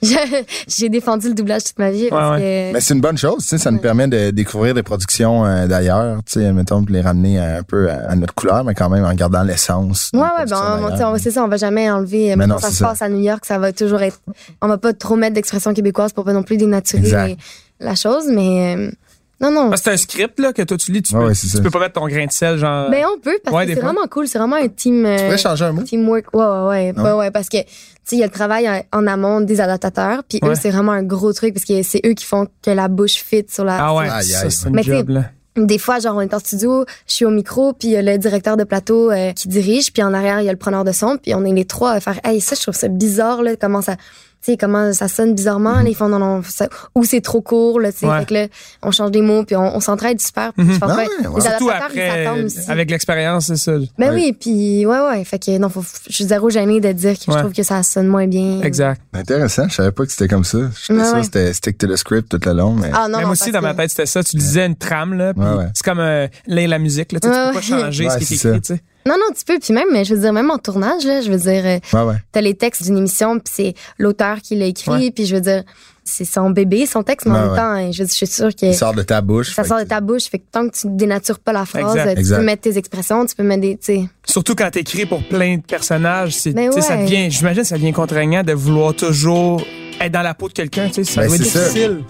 j'ai défendu le doublage toute ma vie. Ouais, parce ouais. que... Mais c'est une bonne chose, tu sais, ça ouais. nous permet de découvrir des productions euh, d'ailleurs, tu sais, mettons, de les ramener un peu à, à notre couleur, mais quand même en gardant l'essence. Ouais, ouais, ben, on, on, c'est ça, on va jamais enlever. Mais non, ça se ça. passe à New York, ça va toujours être. On va pas trop mettre d'expression québécoise pour pas non plus dénaturer les, la chose, mais. Euh, Non, non. Ah, c'est un script là, que toi tu lis, tu, ouais, peux, ouais, tu peux pas mettre ton grain de sel, genre. Ben on peut, parce ouais, que c'est fois. vraiment cool. C'est vraiment un team. Euh, tu pourrais changer un mot? Teamwork. Ouais, ouais, ouais. ouais, ouais parce que, tu sais, il y a le travail en amont des adaptateurs, puis ouais. eux, c'est vraiment un gros truc, parce que c'est eux qui font que la bouche fit sur la. Ah ouais, aïe, ça, aïe. c'est un job, là. Des fois, genre, on est en studio, je suis au micro, puis il y a le directeur de plateau euh, qui dirige, puis en arrière, il y a le preneur de son, puis on est les trois à faire, hey, ça, je trouve ça bizarre, là, comment ça. Tu sais, comment ça sonne bizarrement, mm-hmm. là, ils font non, non, ça, ou c'est trop court, là, tu sais, ouais. fait que là, on change des mots, puis on, on s'entraide super. Mm-hmm. Je pense ah ouais, ouais, ouais. les surtout adaptateurs, après, ils s'attendent aussi. avec l'expérience, c'est ça. Ben ouais. oui, puis ouais, ouais, fait que non, faut, je suis zéro gênée de dire que ouais. je trouve que ça sonne moins bien. Exact. Intéressant, je savais pas que c'était comme ça. Je ouais, sûr ouais. que c'était stick to the script tout le long, mais. Ah non, Même non, aussi, dans que... ma tête, c'était ça. Tu disais une trame, là, puis ouais, ouais. c'est comme euh, la musique, là, tu, ouais, tu peux pas changer ouais, ce qui est écrit, tu sais. Non, non, tu peux. Puis même, je veux dire, même en tournage, là, je veux dire, ouais, ouais. t'as les textes d'une émission, puis c'est l'auteur qui l'a écrit, ouais. puis je veux dire, c'est son bébé, son texte, mais ouais, en même ouais. temps, hein, je, je suis sûre que... Ça sort de ta bouche. Ça sort de ta bouche, fait que tant que tu dénatures pas la phrase, exact. tu exact. peux mettre tes expressions, tu peux mettre des... T'sais. Surtout quand t'écris pour plein de personnages, c'est, ben ouais. ça devient, j'imagine que ça devient contraignant de vouloir toujours être dans la peau de quelqu'un, tu sais, ça ben doit être ça. difficile.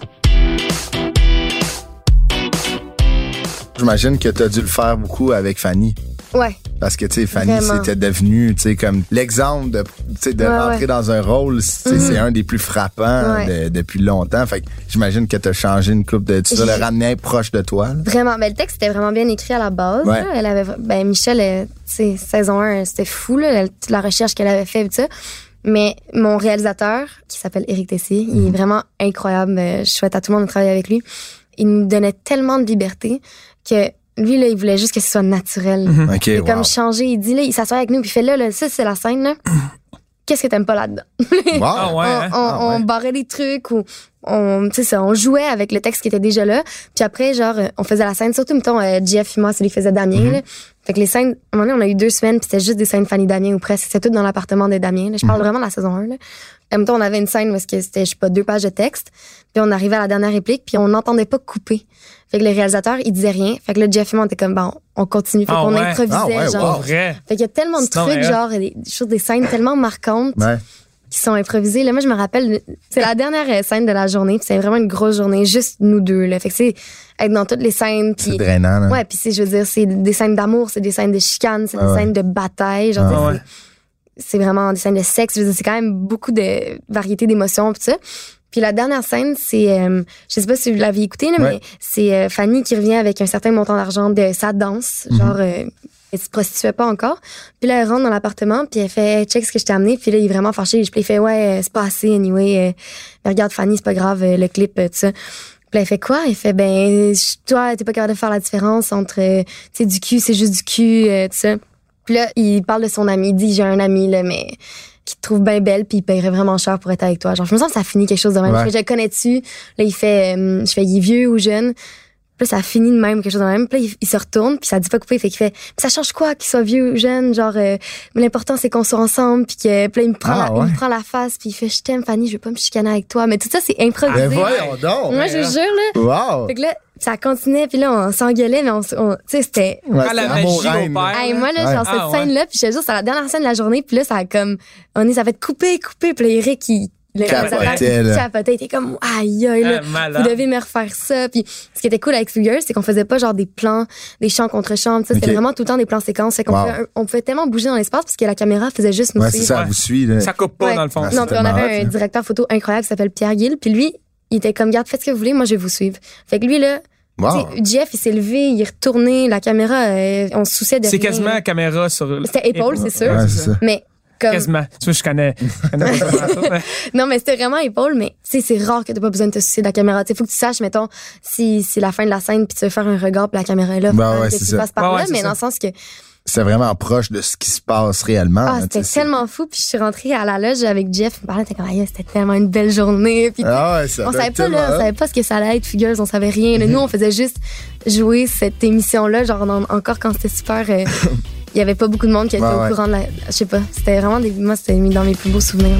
J'imagine que t'as dû le faire beaucoup avec Fanny. Ouais. Parce que, tu sais, Fanny, Vraiment. c'était devenu, tu sais, comme l'exemple de, tu sais, de ouais, rentrer ouais. dans un rôle, mm-hmm. c'est un des plus frappants ouais. de, depuis longtemps. Fait que j'imagine que t'as changé une coupe de, tu sais, le ramener proche de toi. Là. Vraiment. Ben, le texte était vraiment bien écrit à la base. Ouais. Là. Elle avait, ben, Michel, elle, tu sais, saison un, c'était fou, là, toute la recherche qu'elle avait fait et tout ça. Mais mon réalisateur, qui s'appelle Éric Tessier, mm-hmm. il est vraiment incroyable. Je souhaite à tout le monde de travailler avec lui. Il nous donnait tellement de liberté que lui, là, il voulait juste que ce soit naturel. Mm-hmm. Okay, il wow. comme changer, il dit, là, il s'assoit avec nous, puis il fait là, là, ça, c'est la scène, là. Qu'est-ce que t'aimes pas là-dedans? Wow. Ah ouais, hein? on, on, ah ouais. on barrait des trucs ou on, tu sais ça, on jouait avec le texte qui était déjà là. Puis après, genre, on faisait la scène, surtout, mettons, euh, Jeff et moi, c'est lui qui faisait Damien, mm-hmm. là. Fait que les scènes, à un moment donné, on a eu deux semaines, puis c'était juste des scènes Fanny Damien ou presque. C'était tout dans l'appartement de Damien, là. Je parle mm-hmm. vraiment de la saison un, là. En même temps, on avait une scène où c'était, je sais pas, deux pages de texte. Puis on arrivait à la dernière réplique, puis on n'entendait pas couper. Fait que le réalisateur, il disait rien. Fait que là, Jeff et moi, on était comme, bon, on continue. Fait ah qu'on ouais. improvisait, ah ouais, genre. Wow. Vrai. Fait qu'il y a tellement de Sinon, trucs, ouais. genre, des, des choses, des scènes tellement marquantes Ouais. qui sont improvisées. Là, moi, je me rappelle, c'est la dernière scène de la journée, puis c'est vraiment une grosse journée, juste nous deux, là. Fait que c'est être dans toutes les scènes. Pis, c'est drainant, là. Ouais, puis c'est, je veux dire, c'est des scènes d'amour, c'est des scènes de chicane, c'est ah des ouais. scènes de bataille, genre, ah c'est, ouais. c'est vraiment des scènes de sexe. Je veux dire, c'est quand même beaucoup de variété d'émotions, pis ça. Puis la dernière scène, c'est, euh, je sais pas si vous l'avez écouté, là, ouais. mais c'est euh, Fanny qui revient avec un certain montant d'argent de sa danse, mm-hmm. genre, euh, elle se prostituait pas encore. Puis là, elle rentre dans l'appartement, puis elle fait hey, check ce que je t'ai amené. Puis là, il est vraiment fâché. Puis il fait ouais, c'est pas assez, anyway. Euh, mais regarde, Fanny, c'est pas grave, euh, le clip, euh, tout ça. Puis là, elle fait quoi? Elle fait ben, toi, t'es pas capable de faire la différence entre, euh, tu sais, du cul, c'est juste du cul, euh, tout ça. Puis là, il parle de son ami. Il dit j'ai un ami, là, mais qui te trouve bien belle, puis il paierait vraiment cher pour être avec toi. Genre, je me sens que ça finit quelque chose de même. Ouais. Je le connais-tu? Là, il fait, euh, je fais, il est vieux ou jeune? Puis là, ça finit de même, quelque chose de même. Puis là, il, il se retourne, puis ça dit pas couper. Fait qu'il fait, ça change quoi qu'il soit vieux ou jeune? Genre, euh, mais l'important, c'est qu'on soit ensemble. Puis que, puis là, il me prend, ah, la, ouais. il me prend la face, puis il fait, je t'aime, Fanny, je veux pas me chicaner avec toi. Mais tout ça, c'est improvisé. Mais voyons donc! Moi, je vous jure, là. Wow! Fait que là, ça continuait, puis là, on s'engueulait, mais on, on tu sais, c'était... Ouais, c'était la magie au père. Hey, moi, là, ouais. genre, cette ah, scène-là, ouais. puis je te jure, c'est la dernière scène de la journée, puis là, ça a comme... On est, ça va être coupé, coupé, puis là, Eric, il... Le capotait, là. Capotait, il était comme, aïe, aïe, là, ah, vous devez me refaire ça. Puis, ce qui était cool avec Figures, c'est qu'on faisait pas genre des plans, des chants contre chants. Okay. C'était vraiment tout le temps des plans séquences. Fait qu'on wow. pouvait, on pouvait tellement bouger dans l'espace parce que la caméra faisait juste nous ouais, suivre. c'est ça, ouais. vous suit, là. Ça coupe pas, ouais. dans le fond. Non, puis on avait un directeur photo incroyable qui s'appelle Pierre Gill. Puis lui, il était comme, garde, faites ce que vous voulez, moi, je vais vous suivre. Fait que lui, là, wow. Jeff, il s'est levé, il est retourné, la caméra, euh, on se souciait de C'est rien. quasiment la caméra sur... C'était épaule, c'est sûr. Ouais, c'est ça. Mais... Comme... Quasiment. Tu vois, je connais. Je connais mais... Non, mais c'était vraiment épaule, mais tu sais, c'est rare que t'aies pas besoin de te soucier de la caméra. Tu sais, faut que tu saches, mettons, si c'est la fin de la scène puis tu veux faire un regard puis la caméra est là, ben faut ouais, que tu passes par ouais, là, ouais, mais ça. dans le sens que... C'est vraiment proche de ce qui se passe réellement. Ah, là, c'était tellement fou. Puis je suis rentrée à la loge avec Jeff. Il me parlait, t'es comme, ah, c'était tellement une belle journée. Puis ah ouais, ça on savait pas, là, on savait pas ce que ça allait être, Figures, on savait rien. Là, nous, on faisait juste jouer cette émission-là, genre, on, encore quand c'était super... Euh, il y avait pas beaucoup de monde qui était ouais, au ouais. courant de la... Je sais pas, c'était vraiment des... Moi, c'était mis dans mes plus beaux souvenirs.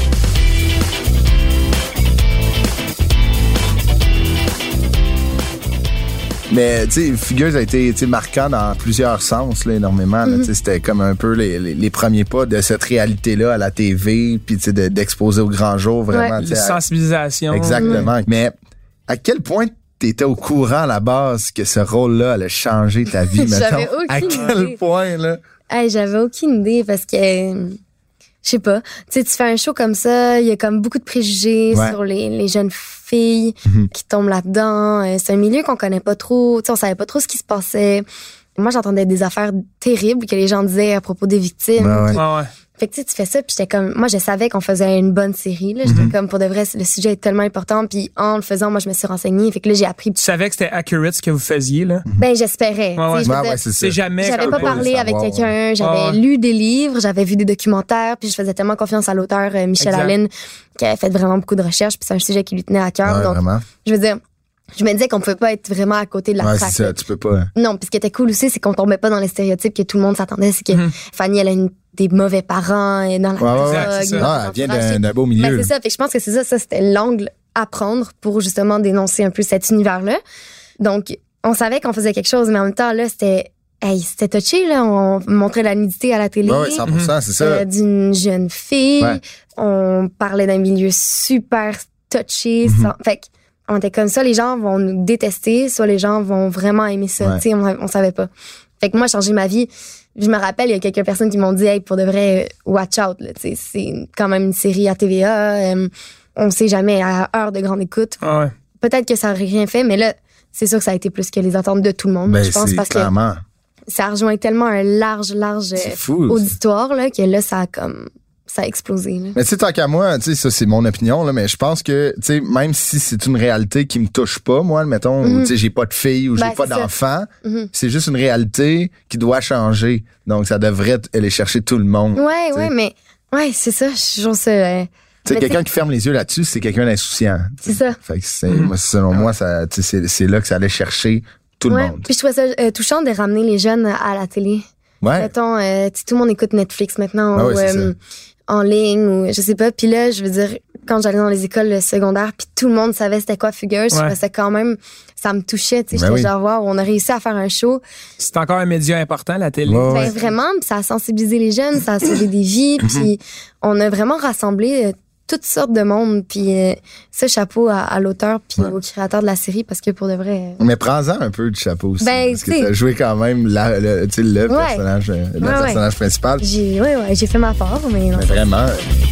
Mais, tu sais, Figures a été marquant dans plusieurs sens, là, énormément. Mm-hmm. Là, c'était comme un peu les, les, les premiers pas de cette réalité-là à la T V, puis de, d'exposer au grand jour, vraiment. Ouais. Sensibilisation. Exactement. Mm-hmm. Mais à quel point t'étais au courant à la base que ce rôle-là allait changer ta vie, mettons? J'avais aucune à quel idée. point, là? Hey, j'avais aucune idée parce que... Je sais pas. Tu sais, tu fais un show comme ça, il y a comme beaucoup de préjugés ouais. sur les, les jeunes filles mm-hmm. qui tombent là-dedans. C'est un milieu qu'on connaît pas trop. Tu sais, on savait pas trop ce qui se passait. Moi, j'entendais des affaires terribles que les gens disaient à propos des victimes. Ben ouais. Ah ouais. Fait que tu sais, tu fais ça, puis j'étais comme... Moi, je savais qu'on faisait une bonne série. Là. J'étais mm-hmm. comme, pour de vrai, le sujet est tellement important. Puis en le faisant, moi, je me suis renseignée. Fait que là, j'ai appris... Tu savais que c'était accurate ce que vous faisiez, là? Ben, j'espérais. Ouais, ouais. Je ouais, faisais, ouais, c'est, c'est jamais... J'avais pas parlé avec savoir, quelqu'un. ouais. J'avais ouais. lu des livres, j'avais vu des documentaires, puis je faisais tellement confiance à l'auteur euh, Michel exact. Allen, qui avait fait vraiment beaucoup de recherches, puis c'est un sujet qui lui tenait à cœur. Ouais, donc, vraiment. je veux dire... Je me disais qu'on pouvait pas être vraiment à côté de la ouais, traque. c'est ça, tu peux pas. Non, puis ce qui était cool aussi, c'est qu'on tombait pas dans les stéréotypes que tout le monde s'attendait. C'est que mm-hmm. Fanny, elle a une, des mauvais parents et dans la ouais, drogue. Ouais, c'est ça. Ah, elle vient d'un, d'un beau milieu. Ben, c'est ça. Fait que je pense que c'est ça. Ça, c'était l'angle à prendre pour justement dénoncer un peu cet univers-là. Donc, on savait qu'on faisait quelque chose, mais en même temps, là, c'était... Hey, c'était touché, là. On montrait la nudité à la télé. Oui, cent pour cent, c'est ça. Euh, d'une jeune fille. Ouais. On parlait d'un milieu super touché. Mm-hmm. Sans... Fait on était comme ça, les gens vont nous détester, soit les gens vont vraiment aimer ça. Ouais. Tu sais, on, on savait pas. Fait que moi, j'ai changé ma vie. Je me rappelle, il y a quelques personnes qui m'ont dit, hey, pour de vrai, watch out, là. Tu sais, c'est quand même une série à T V A. Euh, on sait jamais, à heure de grande écoute. Ah ouais. Peut-être que ça aurait rien fait, mais là, c'est sûr que ça a été plus que les attentes de tout le monde. Ben, je pense, c'est parce clairement. Que ça rejoint tellement un large, large fou, auditoire, là, que là, ça a comme... ça a explosé. Là. Mais tu sais, tant qu'à moi, tu sais, ça c'est mon opinion, là, mais je pense que, tu sais, même si c'est une réalité qui me touche pas, moi, mettons, mm-hmm. tu sais, j'ai pas de fille ou j'ai ben, pas d'enfant, mm-hmm. c'est juste une réalité qui doit changer. Donc, ça devrait aller chercher tout le monde. Ouais, t'sais. ouais, mais, ouais, c'est ça, je trouve ça. Euh, tu sais, quelqu'un qui ferme les yeux là-dessus, c'est quelqu'un d'insouciant. C'est ça. Fait que c'est, mm-hmm. moi, selon moi, ça, tu sais, c'est, c'est là que ça allait chercher tout ouais. le monde. Puis je trouvais ça euh, touchant de ramener les jeunes à la télé. Ouais. Mettons, euh, tout le monde écoute Netflix maintenant. Ah ou, ouais, c'est euh, en ligne ou je sais pas. Puis là, je veux dire, quand j'allais dans les écoles secondaires, puis tout le monde savait c'était quoi Figures, je trouvais ça quand même, ça me touchait. Tu sais, ben j'étais oui. genre, wow, on a réussi à faire un show. C'est encore un média important, la télé. Ouais, ben, ouais. Vraiment, puis ça a sensibilisé les jeunes, ça a sauvé des vies, puis on a vraiment rassemblé euh, toutes sortes de monde. Puis euh, ça, chapeau à, à l'auteur puis ouais. au créateur de la série, parce que pour de vrai... Euh... Mais prends-en un peu du chapeau aussi, ben, parce que t'as joué quand même la, le, tu sais, le ouais. personnage, le ouais, personnage ouais. principal. J'ai, ouais, ouais, j'ai fait ma part, mais... Non, mais vraiment...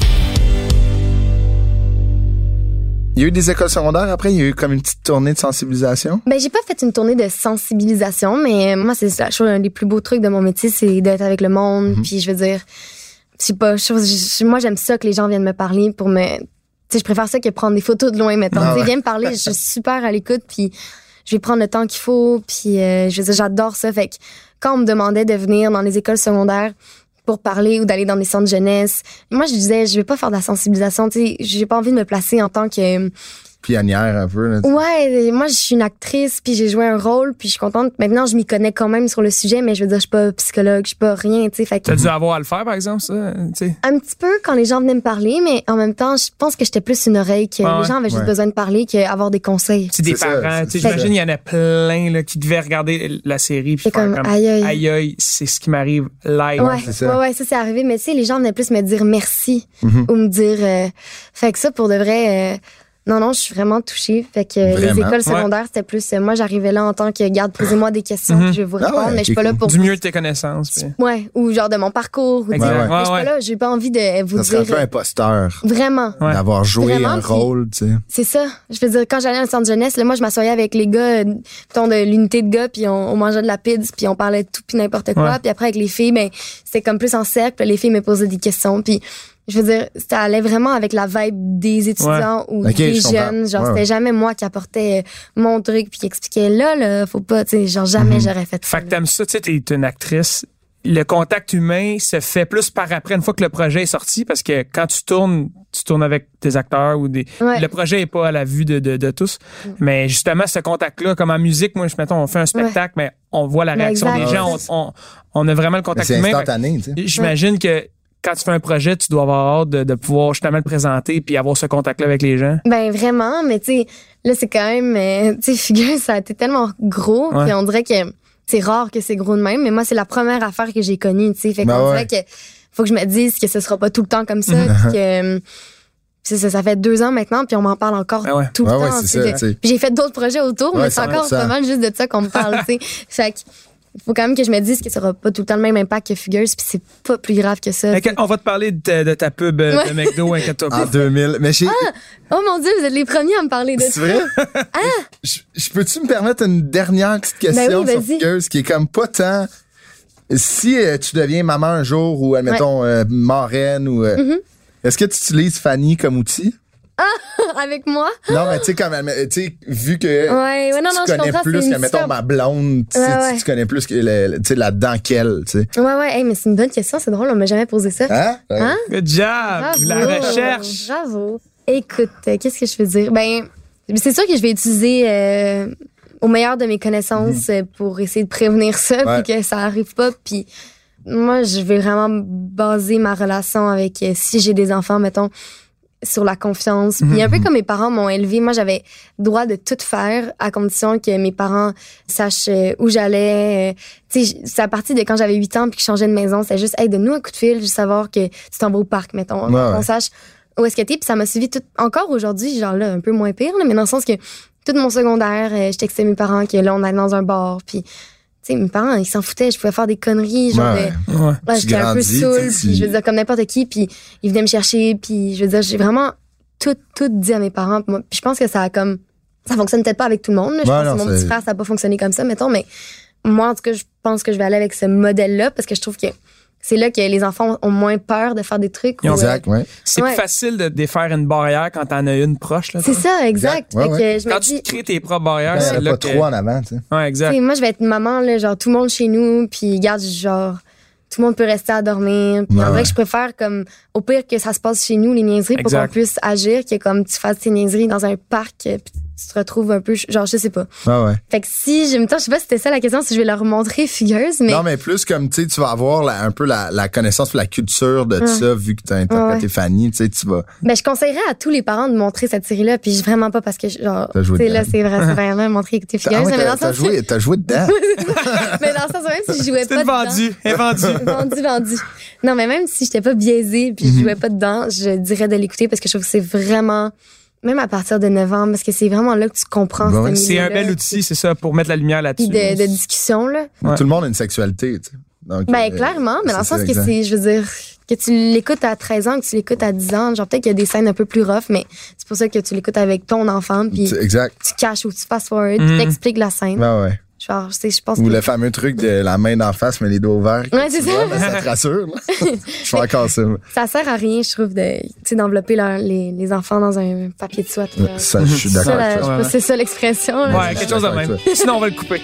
Il y a eu des écoles secondaires après? Il y a eu comme une petite tournée de sensibilisation? Ben, j'ai pas fait une tournée de sensibilisation, mais moi, c'est la chose, un des plus beaux trucs de mon métier, c'est d'être avec le monde. Mm-hmm. Puis je veux dire, je sais pas, je, je, moi, j'aime ça que les gens viennent me parler pour me... Tu sais, je préfère ça que prendre des photos de loin, mettons. Ah ouais. Viens me parler, je suis super à l'écoute, puis je vais prendre le temps qu'il faut, puis euh, je veux dire, j'adore ça. Fait que quand on me demandait de venir dans les écoles secondaires pour parler ou d'aller dans des centres de jeunesse. Moi, je disais, je vais pas faire de la sensibilisation, tu sais, j'ai pas envie de me placer en tant que... pionnière un peu. Là, ouais, moi, je suis une actrice, puis j'ai joué un rôle, puis je suis contente. Maintenant, je m'y connais quand même sur le sujet, mais je veux dire, je suis pas psychologue, je suis pas rien, tu sais. Fait que... T'as dû avoir à le faire, par exemple, ça, tu sais? Un petit peu quand les gens venaient me parler, mais en même temps, je pense que j'étais plus une oreille, que ah ouais, les gens avaient juste ouais. besoin de parler qu'avoir des conseils. C'est des parents, tu sais, j'imagine, il y en a plein, là, qui devaient regarder la série, puis faire comme, comme aïe, aïe, aïe, aïe, c'est ce qui m'arrive live. Ouais, c'est ça. Ouais, ouais, ça, c'est arrivé, mais tu sais, les gens venaient plus me dire merci, mm-hmm. ou me dire, euh... fait que ça, pour de vrai, euh... Non, non, je suis vraiment touchée. Fait que vraiment? Les écoles secondaires, ouais. c'était plus... Moi, j'arrivais là en tant que garde, posez-moi des questions, mm-hmm. puis je vais vous répondre, ah ouais, mais je suis pas là pour... Du mieux de tes connaissances. Puis... Ouais, ou genre de mon parcours. Ou ouais, dire, ouais. Mais je suis pas là, j'ai pas envie de vous ça dire... Ça serait un peu imposteur. Vraiment. Ouais. D'avoir joué vraiment, un rôle, tu sais. C'est ça. Je veux dire, quand j'allais à un centre de jeunesse, là, moi, je m'assoyais avec les gars, mettons, de l'unité de gars, puis on, on mangeait de la pizza, puis on parlait de tout, puis n'importe quoi. Ouais. Puis après, avec les filles, ben, c'était comme plus en cercle, les filles me posaient des questions, puis... Je veux dire, ça allait vraiment avec la vibe des étudiants ouais. ou okay, des jeunes. Genre, ouais. c'était jamais moi qui apportais mon truc puis qui expliquait là, là, faut pas, tu sais, genre, jamais mm-hmm. j'aurais fait ça. Fait que t'aimes ça, tu sais, t'es une actrice. Le contact humain se fait plus par après, une fois que le projet est sorti, parce que quand tu tournes, tu tournes avec des acteurs ou des. Ouais. Le projet est pas à la vue de, de, de tous. Mm. Mais justement, ce contact-là, comme en musique, moi, je mettons, on fait un spectacle, ouais. mais on voit la réaction des gens. On, on, on a vraiment le contact mais c'est humain. C'est instantané, tu sais. J'imagine ouais. que. Quand tu fais un projet, tu dois avoir hâte de, de pouvoir justement le présenter puis avoir ce contact-là avec les gens. Ben vraiment, mais tu sais, là c'est quand même, euh, tu sais, Fugueuse, ça a été tellement gros ouais. puis on dirait que c'est rare que c'est gros de même. Mais moi, c'est la première affaire que j'ai connue, tu sais, fait ben qu'on ouais. dirait que faut que je me dise que ce sera pas tout le temps comme ça, puis que c'est ça, ça fait deux ans maintenant, puis on m'en parle encore ben ouais. tout le ouais, temps. Ouais, c'est ça, puis j'ai fait d'autres projets autour, ouais, mais c'est encore pas mal juste de ça qu'on me parle, tu sais. Fait que il faut quand même que je me dise que ça aura pas tout le temps le même impact que Fugueuse, puis c'est pas plus grave que ça. Okay, on va te parler de ta, de ta pub ouais. de McDo, inquiète-toi pas. En deux mille. Mais j'ai... Ah! Oh mon Dieu, vous êtes les premiers à me parler de c'est ça. C'est vrai? Ah! Je, je peux-tu me permettre une dernière petite question ben oui, sur Fugueuse, qui est comme pas tant... Si euh, tu deviens maman un jour, ou admettons ouais. euh, marraine, ou... Euh, mm-hmm. Est-ce que tu utilises Fanny comme outil? Ah, avec moi? Non, mais tu sais, comme, tu sais, vu que ouais, ouais, non, non, tu connais comprends, plus que, mettons, super... ma blonde, tu ouais, ouais. tu connais plus que, tu sais, là-dedans qu'elle, tu sais. Ouais, ouais, hey, mais c'est une bonne question, c'est drôle, on m'a jamais posé ça. Hein? Hein? Good job! Bravo, la recherche! Bravo! Écoute, euh, qu'est-ce que je veux dire? Ben, c'est sûr que je vais utiliser euh, au meilleur de mes connaissances mm-hmm. pour essayer de prévenir ça, ouais. puis que ça arrive pas, puis moi, je vais vraiment baser ma relation avec, euh, si j'ai des enfants, mettons, sur la confiance. Puis mm-hmm. un peu comme mes parents m'ont élevé, moi j'avais droit de tout faire à condition que mes parents sachent où j'allais. Tu sais, c'est à partir de quand j'avais huit ans puis que je changeais de maison, c'est juste hey, donne-nous un coup de fil, juste savoir que tu t'en vas au parc, mettons, ouais, qu'on ouais. sache où est-ce que t'es. Puis ça m'a suivi tout encore aujourd'hui, genre là un peu moins pire, là, mais dans le sens que tout mon secondaire, je textais mes parents que là on allait dans un bar puis tu sais, mes parents, ils s'en foutaient. Je pouvais faire des conneries. Genre, ouais. de, ouais. Ouais, j'étais un peu saoule. Puis je veux dire, comme n'importe qui. Puis ils venaient me chercher. Puis je veux dire, j'ai vraiment tout, tout dit à mes parents. Puis, moi, puis je pense que ça a comme... Ça fonctionne peut-être pas avec tout le monde. Là. Je ouais, pense non, que mon c'est... petit frère, ça a pas fonctionné comme ça, mettons. Mais moi, en tout cas, je pense que je vais aller avec ce modèle-là parce que je trouve que c'est là que les enfants ont moins peur de faire des trucs. Exact, ou, ouais. C'est ouais. plus facile de défaire une barrière quand t'en as une proche. Là, c'est ça, exact. Ouais, fait ouais. Que je quand me tu dis, crées tes propres barrières, ouais, c'est là pas que... trop en avant, tu sais. Ouais, exact. Moi, je vais être une maman, là, genre tout le monde chez nous, puis regarde, genre... Tout le monde peut rester à dormir. Puis ouais, en vrai, ouais. je préfère comme au pire que ça se passe chez nous les niaiseries exact. Pour qu'on puisse agir, que comme tu fasses tes niaiseries dans un parc, puis tu te retrouves un peu genre je sais pas. Ah ouais. Fait que si je me je sais pas si c'était ça la question, si je vais leur montrer Fugueuse, mais non mais plus comme tu sais tu vas avoir la, un peu la, la connaissance, la culture de ouais. ça vu que t'as interprété ouais. Fanny, tu sais tu vas. Ben je conseillerais à tous les parents de montrer cette série là, puis vraiment pas parce que genre tu sais là c'est vrai c'est vraiment montrer écouter Fugueuse, ah ouais, mais t'as, dans t'as joué sens... t'as joué dedans. Mais dans le sens même si je jouais pas vendu, dedans, vendu, vendu, vendu. Non mais même si j'étais pas biaisée puis je jouais pas dedans, je dirais de l'écouter parce que je trouve que c'est vraiment même à partir de neuf ans, parce que c'est vraiment là que tu comprends bon, ce c'est un bel outil, c'est ça, pour mettre la lumière là-dessus. Puis de, de discussion, là. Ouais. Tout le monde a une sexualité, tu sais. Donc, ben, euh, clairement, mais dans le sens que c'est, je veux dire, que tu l'écoutes à treize ans, que tu l'écoutes à dix ans, genre peut-être qu'il y a des scènes un peu plus rough, mais c'est pour ça que tu l'écoutes avec ton enfant, puis exact. Tu caches ou tu fast-forward, mm. puis t'expliques la scène. Ben ouais. Genre, je pense ou que... le fameux truc de la main d'en face, mais les doigts ouverts. Ouais, c'est ça. Vois, ça te rassure. Je fais encore ça. Ça sert à rien, je trouve, de, tu sais, d'envelopper leur, les, les enfants dans un papier de soie. Ça, je suis d'accord. Ça, la, ouais. C'est ça l'expression. Là. Ouais, quelque chose de même. Sinon, on va le couper.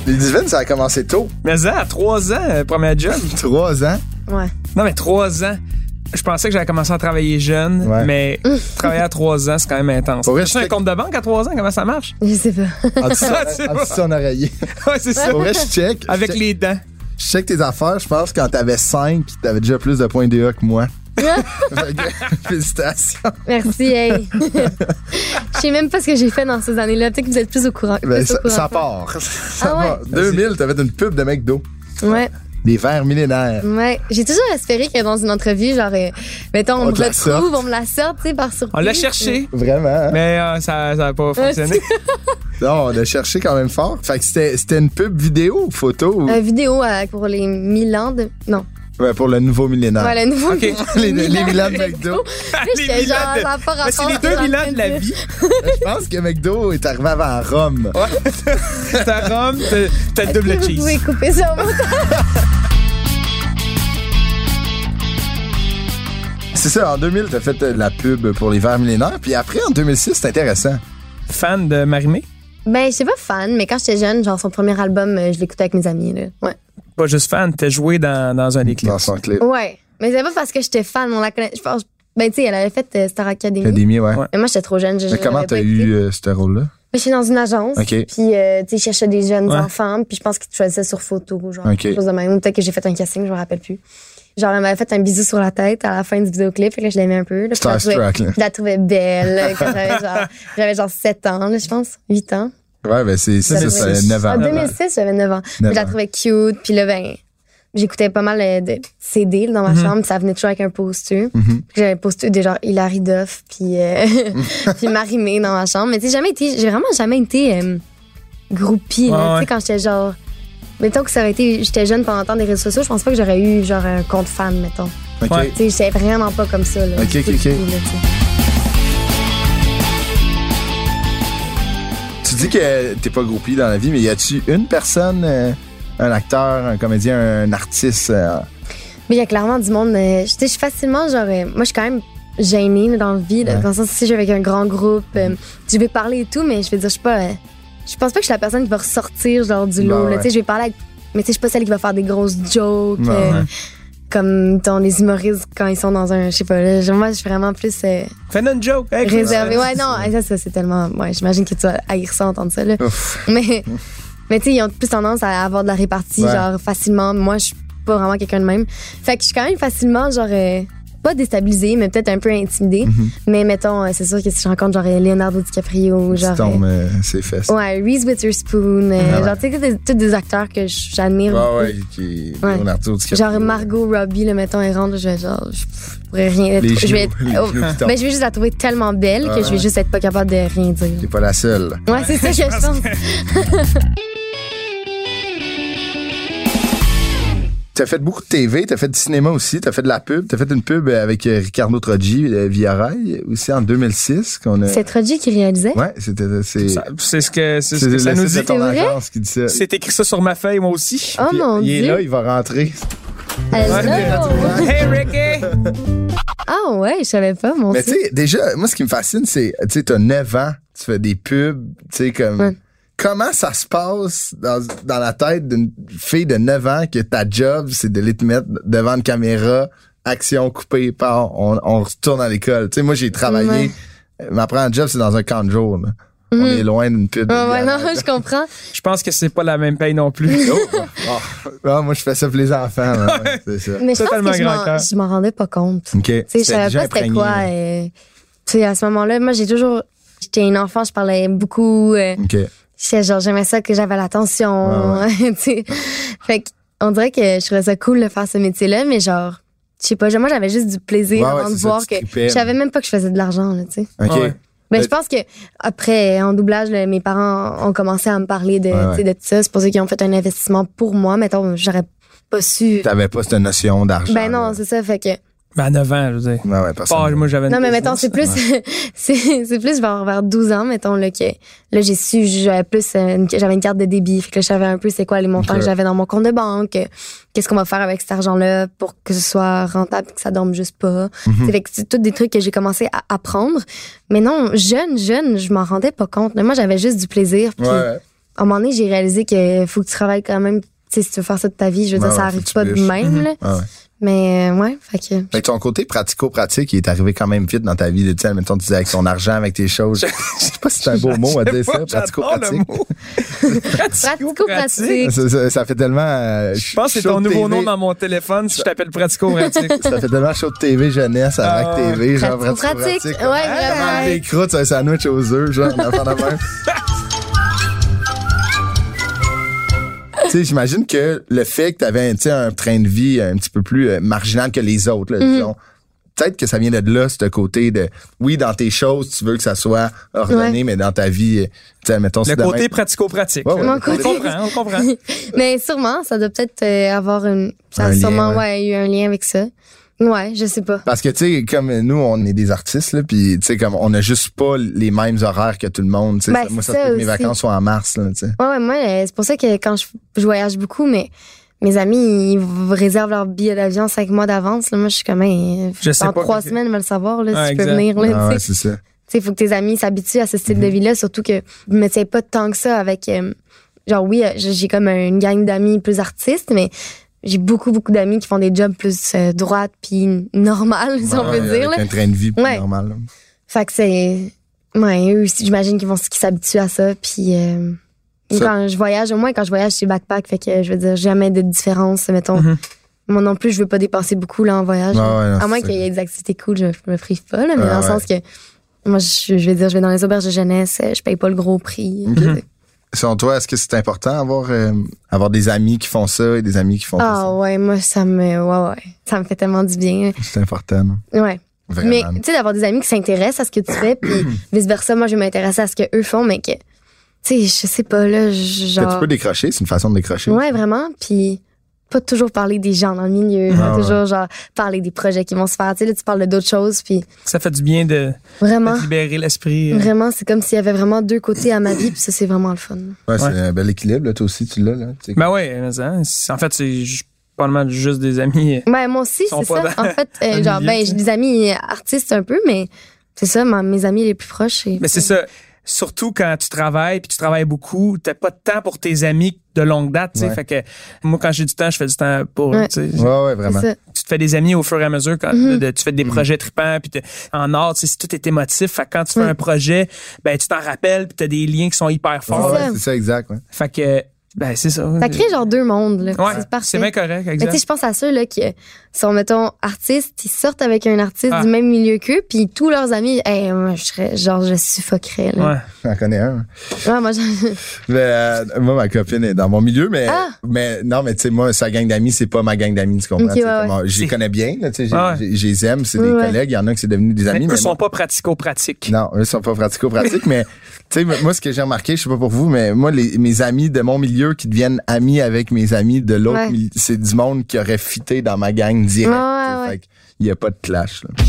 Les divines, ça a commencé tôt. Mais ça, à trois ans, euh, premier job. Trois ans? Ouais. Non, mais trois ans. Je pensais que j'allais commencer à travailler jeune, ouais. mais travailler à trois ans, c'est quand même intense. Tu as un compte de banque à trois ans? Comment ça marche? Je sais pas. En dessous de son oreiller. Ouais, c'est ça. Pour vrai, je check. Avec je check, les dents. Je check tes affaires. Je pense que quand t'avais cinq, t'avais déjà plus de points D A que moi. Félicitations. Merci, hey. Je sais même pas ce que j'ai fait dans ces années-là. Peut-être que vous êtes plus au courant. Ben, plus ça, au courant ça part. Ça ah ouais? part. deux mille, t'avais une pub de McDo. Ouais. Des verres millénaires. Ouais. J'ai toujours espéré que dans une entrevue, genre, euh, mettons, on, on me retrouve, on me la sorte, tu sais, par surprise. On l'a cherché. Vraiment. Hein? Mais euh, ça n'a pas fonctionné. Non, on l'a cherché quand même fort. Fait que c'était, c'était une pub vidéo ou photo? Ou... Euh, vidéo euh, pour les mille ans de... Non. Ouais, pour le nouveau millénaire. Ouais, le nouveau okay. les, les mille ans de McDo. les genre, de... ça pas mais c'est les deux mille ans de la vie. Je pense que McDo est arrivé avant Rome. Ouais. T'as Rome, t'as le double cheese. Vous pouvez couper ça au montage. C'est ça, en deux mille, t'as fait la pub pour les verres millénaires. Puis après, en deux mille six, c'est intéressant. Fan de Marie-Mé? Ben, je suis pas fan, mais quand j'étais jeune, genre son premier album, je l'écoutais avec mes amis. Là. Ouais. Pas juste fan, t'as joué dans, dans un des clips. Dans son clip. Ouais. Mais c'est pas parce que j'étais fan, on la connaît. Je pense, ben, tu sais, elle avait fait euh, Star Academy. Academy, ouais. Mais moi, j'étais trop jeune. Je, mais comment t'as eu euh, ce rôle-là? Je suis dans une agence. Okay. Puis, euh, tu sais, je cherchais des jeunes ouais. enfants. Puis, je pense qu'ils te choisissaient sur photo, genre. Okay. Quelque chose de même. Ou peut-être que j'ai fait un casting, je me rappelle plus. Genre, elle m'avait fait un bisou sur la tête à la fin du vidéoclip. Fait que là, je l'aimais un peu. Là, je, la trouvais, je la trouvais belle. Quand j'avais genre, j'avais genre sept ans, là, je pense. huit ans. Ouais, ben, c'est ça, c'est ça, neuf ans. En deux mille six, j'avais neuf ans. neuf je la trouvais cute. Puis là, ben, j'écoutais pas mal de C D là, dans ma mm-hmm. chambre. Ça venait toujours avec un poster. Mm-hmm. J'avais un poster de genre Hilary Duff puis, euh, puis Marie-Mé dans ma chambre. Mais tu sais, jamais été, j'ai vraiment jamais été euh, groupie. Ah, ouais. Tu sais, quand j'étais genre... Mettons que ça aurait été... J'étais jeune pendant le temps des réseaux sociaux, je pense pas que j'aurais eu genre un compte fan, mettons. OK. Ouais. Tu sais, j'étais vraiment pas comme ça. Là, OK, OK, OK. Tout, là, tu dis que t'es pas groupie dans la vie, mais y a-tu une personne, euh, un acteur, un comédien, un artiste? Euh... Mais il y a clairement du monde. Euh, je suis facilement, genre, euh, moi, je suis quand même gênée là, dans la vie. Là, ouais. Dans le sens, si je vais avec un grand groupe, euh, je vais parler et tout, mais je vais dire, je suis pas. Euh, je pense pas que je suis la personne qui va ressortir genre du lot. Ben, ouais. Je vais parler avec. Mais tu sais, je suis pas celle qui va faire des grosses jokes. Ben, euh, ouais. Comme ton, les humoristes quand ils sont dans un. Je sais pas, là, moi, je suis vraiment plus. Euh, Fais une joke, hey, réservée. Ouais, non, ça, ça, c'est tellement. Ouais, j'imagine que tu vas haïr ça, entendre ça, là. Ouf. Mais, mais tu sais, ils ont plus tendance à avoir de la répartie, ouais. genre, facilement. Moi, je suis pas vraiment quelqu'un de même. Fait que je suis quand même facilement, genre. Euh, pas déstabilisée, mais peut-être un peu intimidée. Mm-hmm. Mais mettons, c'est sûr que si je rencontre genre Leonardo DiCaprio, genre. Tu tombes euh, ses fesses. Ouais, Reese Witherspoon. Euh, ah ouais. Genre, tu sais, tous des acteurs que j'admire. Ah ouais, qui. Ouais. Leonardo DiCaprio. Genre Margot Robbie, là, mettons, elle rentre, je vais genre. Je pourrais rien. Les je vais être, les oh, ben, je vais juste la trouver tellement belle ah que ouais. je vais juste être pas capable de rien dire. T'es pas la seule. Ouais, c'est ça que je pense. T'as fait beaucoup de T V, t'as fait du cinéma aussi, t'as fait de la pub, t'as fait une pub avec Ricardo Troggi, Via Rail, aussi en deux mille six. Qu'on a... C'est Troggi qui réalisait? Ouais, c'était, c'est... Ça, c'est ce que, c'est c'est ce que ça nous dit. C'est ton agence qui dit ça. C'est écrit ça sur ma feuille, moi aussi. Oh puis, mon il Dieu. Il est là, il va rentrer. Hello. Hey, Ricky! Ah ouais, je savais pas, mon Mais tu sais, déjà, moi, ce qui me fascine, c'est, tu sais, t'as neuf ans, tu fais des pubs, tu sais, comme... Ouais. Comment ça se passe dans, dans la tête d'une fille de neuf ans que ta job, c'est de les te mettre devant une caméra, action coupée, par, on, on retourne à l'école. Tu sais, moi, j'ai travaillé, ouais. ma première job, c'est dans un camp de jour, là. Mm-hmm. On est loin d'une pub. Oh, ouais, non, je comprends. Je pense que c'est pas la même paye non plus. Oh, oh. Oh, moi, je fais ça pour les enfants. Hein, ouais, c'est ça. Mais je pense que je m'en, je m'en rendais pas compte. Okay. Tu sais, je savais pas c'était quoi. Euh, tu sais, à ce moment-là, moi, j'ai toujours... J'étais une enfant, je parlais beaucoup... Euh, OK. J'étais genre, j'aimais ça que j'avais l'attention. Ouais, ouais. Tu sais. Fait qu'on dirait que je trouvais ça cool de faire ce métier-là, mais genre, je sais pas, moi, j'avais juste du plaisir ouais, avant ouais, de voir que je savais même pas que je faisais de l'argent, là, tu sais. OK. Ouais. Mais je pense que après, en doublage, là, mes parents ont commencé à me parler de, ouais, ouais. de tout ça. C'est pour ça qu'ils ont fait un investissement pour moi. Mettons, j'aurais pas su. T'avais pas cette notion d'argent. Ben non, là. C'est ça. Fait que. Ben à neuf ans, je veux dire. Ouais, ouais, oh, moi, j'avais une non, mais mettons, c'est plus, ouais. c'est, c'est plus vers, vers douze ans, mettons, là, que, là, j'ai su, j'avais plus, une, j'avais une carte de débit. Fait que là, je savais un peu c'est quoi les montants okay. que j'avais dans mon compte de banque. Qu'est-ce qu'on va faire avec cet argent-là pour que ce soit rentable et que ça dorme juste pas. Mm-hmm. Fait que c'est tous des trucs que j'ai commencé à apprendre. Mais non, jeune, jeune, je m'en rendais pas compte. Moi, j'avais juste du plaisir. Puis, ouais. à un moment donné, j'ai réalisé qu'il faut que tu travailles quand même. Tu sais, si tu veux faire ça de ta vie, je veux dire, ouais, ça ouais, arrive pas de même, mm-hmm. là. Ah ouais. Mais, euh, ouais, fait que. Fait que ton côté pratico-pratique, il est arrivé quand même vite dans ta vie. Tu sais, mettons, tu disais avec ton argent, avec tes choses. Je sais pas si c'est un beau mot à dire ça, pratico-pratique. Pratico-pratique. Ça, ça, ça fait tellement. Euh, je pense que c'est ton nouveau T V. Nom dans mon téléphone si je t'appelle pratico-pratique. Ça fait tellement chaud de T V jeunesse à ah, Mac T V, genre pratico-pratique. pratico-pratique. Ouais, vraiment. Des croûtes, un sandwich aux œufs, genre, en enfant de même. Tu sais, j'imagine que le fait que tu avais un train de vie un petit peu plus euh, marginal que les autres, là, mm-hmm. disons, peut-être que ça vient de là, ce côté de, oui, dans tes choses, tu veux que ça soit ordonné, ouais. mais dans ta vie, tu sais, mettons... Le côté même... pratico-pratique. Ouais, ouais, Mon on côté... comprend, on comprend. Mais sûrement, ça doit peut-être euh, avoir une... Ça un a sûrement, lien, ouais. ouais, eu un lien avec ça. Ouais, je sais pas. Parce que, tu sais, comme nous, on est des artistes, là, puis tu sais, comme on a juste pas les mêmes horaires que tout le monde, tu sais. Ben, moi, ça, ça fait que mes vacances sont en mars, là, tu sais. Ouais, ouais, moi, c'est pour ça que quand je, je voyage beaucoup, mais mes amis, ils réservent leur billet d'avion cinq mois d'avance, là. Moi, je suis comme, hey, je sais dans pas trois que... semaines, ils veulent le savoir, là, ah, si exact. je peux venir, là, ah, tu ouais, sais. c'est ça. Tu sais, il faut que tes amis s'habituent à ce style mm-hmm. de vie-là, surtout que je me tiens pas tant que ça avec, euh, genre, oui, j'ai comme une gang d'amis plus artistes, mais j'ai beaucoup, beaucoup d'amis qui font des jobs plus euh, droites puis normales, si ouais, on peut ouais, dire. Avec là. un train de vie plus ouais. normal. Là. Fait que c'est... Ouais, eux aussi, j'imagine qu'ils vont qu'ils s'habituent à ça. Puis euh, ça. Quand je voyage, au moins quand je voyage, c'est backpack. Fait que je veux dire, jamais de différence, mettons. Mm-hmm. Moi non plus, je veux pas dépenser beaucoup là en voyage. Ouais, ouais, non, à moins qu'il y ait des activités cool, je, je me prive pas, là, mais ouais, dans le ouais. sens que moi, je, je vais dire, je vais dans les auberges de jeunesse, je paye pas le gros prix. Mm-hmm. Selon toi, est-ce que c'est important d'avoir euh, avoir des amis qui font ça et des amis qui font ah, pas ça? Ah ouais, moi, ça me... Ouais, ouais. Ça me fait tellement du bien. C'est important, non? Ouais. Vraiment. Mais, tu sais, d'avoir des amis qui s'intéressent à ce que tu fais, puis vice-versa, moi, je vais m'intéresser à ce qu'eux font, mais que... Tu sais, je sais pas, là, genre... Que tu peux décrocher, c'est une façon de décrocher. Ouais, vraiment, puis... pas toujours parler des gens dans le milieu, ah, toujours ouais. genre parler des projets qui vont se faire. Tu sais, là, tu parles de d'autres choses, puis ça fait du bien de, vraiment, de libérer l'esprit. Euh. Vraiment, c'est comme s'il y avait vraiment deux côtés à ma vie, puis ça, c'est vraiment le fun. Ouais, c'est ouais. un bel équilibre, là, toi aussi, tu l'as, là. Ben ouais, mais hein, en fait, c'est pas mal juste des amis. Ben moi aussi, c'est ça. Dans, en fait, euh, genre, milieu, ben j'ai des amis artistes un peu, mais c'est ça, ma, mes amis les plus proches. Mais c'est ça. Surtout quand tu travailles, puis tu travailles beaucoup, t'as pas de temps pour tes amis de longue date, tu sais. Ouais. Fait que moi, quand j'ai du temps, je fais du temps pour eux, tu sais. Ouais, ouais, vraiment. Tu te fais des amis au fur et à mesure quand mm-hmm. de, tu fais des mm-hmm. projets tripants, puis en art, tu sais, tout est émotif. Fait que quand tu fais mm. un projet, ben tu t'en rappelles, puis t'as des liens qui sont hyper forts. Ouais, c'est ça, exact, ouais. Fait que ben c'est ça. Ça crée genre deux mondes, là. Ouais, c'est parfait. C'est bien correct, exact. Mais tu sais, je pense à ceux là qui sont, mettons, artistes, ils sortent avec un artiste ah. du même milieu qu'eux, puis tous leurs amis, hey, moi, je serais, genre, je suffoquerais, là. Ouais. J'en connais un. Ouais, moi, j'en... mais, euh, moi, ma copine est dans mon milieu, mais, ah. mais non, mais tu sais, moi, sa gang d'amis, c'est pas ma gang d'amis, tu comprends? Okay, ouais, ouais. Je les connais bien, là, tu sais, ah ouais. je les aime, c'est des ouais. collègues, il y en a qui c'est devenu des amis. Mais eux mais sont moi... pas pratico-pratiques. Non, eux sont pas pratico-pratiques, mais, tu sais, moi, ce que j'ai remarqué, je sais pas pour vous, mais moi, les, mes amis de mon milieu qui deviennent amis avec mes amis de l'autre, ouais. milieu, c'est du monde qui aurait fité dans ma gang direct. Ouais, ouais. Fait qu'il y a pas de clash, là.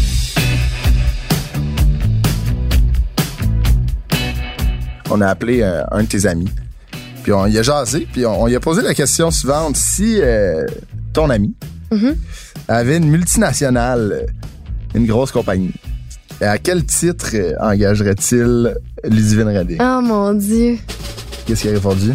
On a appelé euh, un de tes amis, puis on y a jasé, puis on, on y a posé la question suivante. Si euh, ton ami mm-hmm. avait une multinationale, une grosse compagnie, à quel titre euh, engagerait-il Ludivine Radé? Oh mon Dieu! Qu'est-ce qu'il a répondu?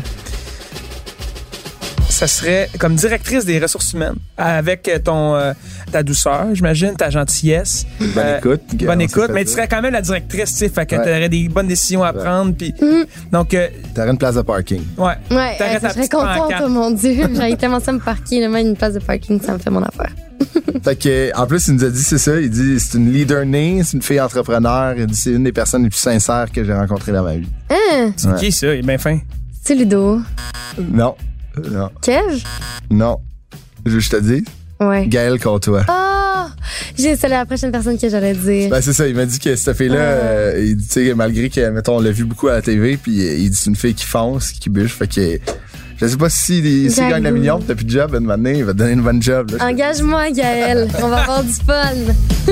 Ça serait comme directrice des ressources humaines, avec ton euh, ta douceur, j'imagine, ta gentillesse. Bonne euh, écoute. Bonne écoute, mais tu serais quand même la directrice, tu sais, fait que ouais. t'aurais des bonnes décisions à ouais. prendre, puis mm-hmm. donc... Euh, t'aurais une place de parking. Ouais. Ouais, euh, je serais contente, oh mon Dieu. J'ai tellement ça me parquer, là, même une place de parking, ça me fait mon affaire. Fait que, en plus, il nous a dit, c'est ça, il dit, c'est une leader née, c'est une fille entrepreneur, il dit, c'est une des personnes les plus sincères que j'ai rencontrées dans ma vie. Hein? C'est ouais. qui, ça? Il est bien fin. C'est Ludo. Non. Non. Kev? Non. Je veux que je te dise? Ouais. Gaël Côtois. Oh! J'ai, c'est la prochaine personne que j'allais dire. Ben, c'est ça. Il m'a dit que cette fille-là, euh... Euh, il dit, tu sais, malgré que, mettons, on l'a vu beaucoup à la T V, puis il dit, c'est une fille qui fonce, qui bûche. Fait que, je sais pas si, si il gagne la million, t'as plus de job, une année, il va te donner une bonne job, là. Engage-moi, Gaël. On va avoir du fun.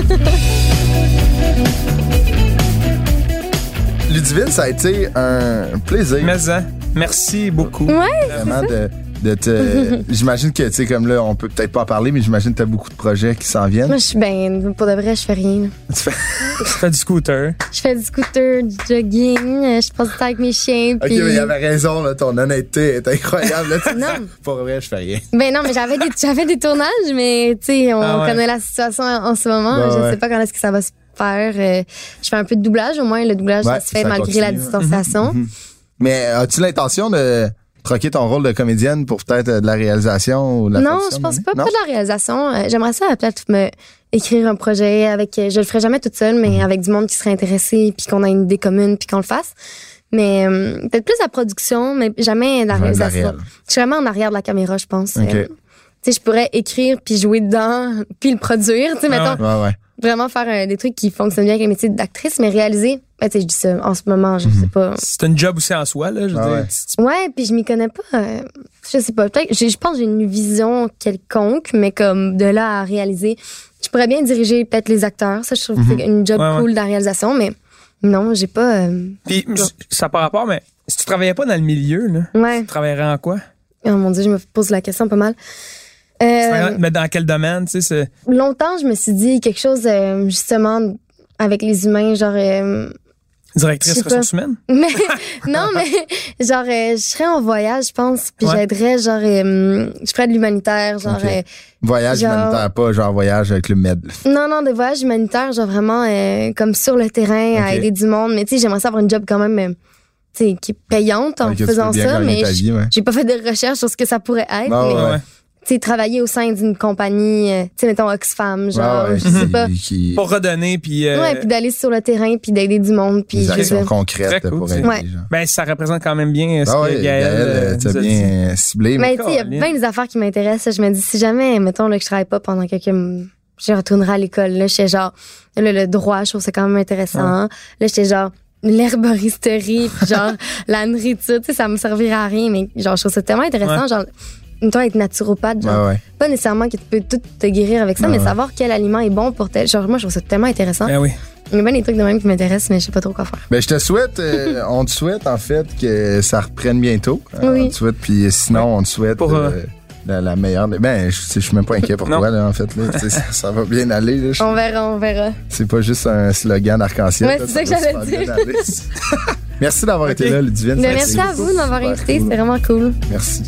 Ludivine, ça a été un plaisir. Mais, hein, merci beaucoup. Ouais. Vraiment de, de te. J'imagine que, tu sais, comme là, on peut peut-être pas en parler, mais j'imagine que t'as beaucoup de projets qui s'en viennent. Moi, je suis ben, pour de vrai, je fais rien. Tu fais... tu fais du scooter. Je fais du scooter, du jogging, je passe du temps avec mes chiens. Ok, puis... mais il avait raison, là, ton honnêteté est incroyable. Là, non. Pour vrai, je fais rien. Ben non, mais j'avais des, j'avais des tournages, mais tu sais, on ah ouais. connaît la situation en, en ce moment. Ben je ouais. sais pas quand est-ce que ça va se faire. Euh, je fais un peu de doublage, au moins, le doublage, ouais, ça se fait ça malgré continue, la distanciation. Ouais. Mm-hmm. Mais as-tu l'intention de troquer ton rôle de comédienne pour peut-être de la réalisation ou de la Non, je pense pas, pas de la réalisation. J'aimerais ça peut-être me écrire un projet avec, je le ferai jamais toute seule, mais avec du monde qui serait intéressé, puis qu'on a une idée commune, puis qu'on le fasse. Mais euh, peut-être plus la production, mais jamais la réalisation. La je suis vraiment en arrière de la caméra, je pense. Okay. Euh, tu sais, je pourrais écrire puis jouer dedans, puis le produire, tu sais, mettons. Ouais, ouais. Vraiment faire euh, des trucs qui fonctionnent bien avec le métier d'actrice, mais réaliser, ben, tu sais, je dis ça en ce moment, je mm-hmm. sais pas. C'est un job aussi en soi, là, je veux ah, dire. Ouais, ouais puis je m'y connais pas. Euh, je sais pas. Peut-être, je pense que j'ai une vision quelconque, mais comme de là à réaliser, je pourrais bien diriger peut-être les acteurs. Ça, je trouve mm-hmm. que c'est une job ouais, cool ouais. de la réalisation, mais non, j'ai pas. Euh, puis ça par rapport, mais si tu travaillais pas dans le milieu, là, ouais. tu travaillerais en quoi? Oh mon Dieu, je me pose la question pas mal. Euh, mais dans quel domaine, tu sais? C'est... Longtemps, je me suis dit quelque chose, euh, justement, avec les humains, genre... Euh, Directrice ressources humaines? Mais, non, mais genre, euh, je serais en voyage, je pense, puis ouais. j'aiderais, genre, euh, je ferais de l'humanitaire, genre... Okay. Euh, voyage genre, humanitaire, pas genre voyage avec le med. Non, non, des voyages humanitaires, genre vraiment euh, comme sur le terrain, okay. à aider du monde. Mais tu sais, j'aimerais ça avoir une job quand même... Euh, T'sais, qui est payante en okay, faisant ça, mais vie, ouais. j'ai pas fait de recherche sur ce que ça pourrait être. Oh, mais, ouais. tu sais, travailler au sein d'une compagnie, tu sais, mettons Oxfam, genre, ouais, ouais, je sais pas. Qui... Pour redonner, puis... Euh... Ouais, puis d'aller sur le terrain, puis d'aider du monde, puis... Des actions concrètes cool, pour aider ouais. les gens. Ben, ça représente quand même bien ce ah que ouais, Gaëlle... Gaëlle t'as bien dit. Ciblé. Mais tu sais, il y a plein des affaires qui m'intéressent. Je me dis, si jamais, mettons, là, que je travaille pas pendant quelques... Je retournerai à l'école, là, j'étais genre... Là, le droit, je trouve ça quand même intéressant. Ouais. Là, j'étais genre... l'herboristerie, puis genre la nourriture, tu sais, ça me servirait à rien, mais genre, je trouve ça tellement intéressant, ouais. genre, toi, être naturopathe, genre, ouais, ouais. pas nécessairement que tu peux tout te guérir avec ça, ouais, mais ouais. savoir quel aliment est bon pour tel. Genre, moi, je trouve ça tellement intéressant. Ben oui. Il y a bien des trucs de même qui m'intéressent, mais je sais pas trop quoi faire. Ben, je te souhaite, euh, on te souhaite, en fait, que ça reprenne bientôt. Hein, oui. On te souhaite, puis sinon, ouais. on te souhaite. Pour, euh, euh... La, la meilleure. Ben, je, je suis même pas inquiet pour toi, là, en fait. Là, ça, ça va bien aller. Là, je... On verra, on verra. C'est pas juste un slogan d'arc-en-ciel. Ouais, là, c'est ça, ça que j'allais dire. Merci d'avoir okay. été là, Ludivine. Ben, merci à vous de m'avoir invité, cool. C'était vraiment cool. Merci.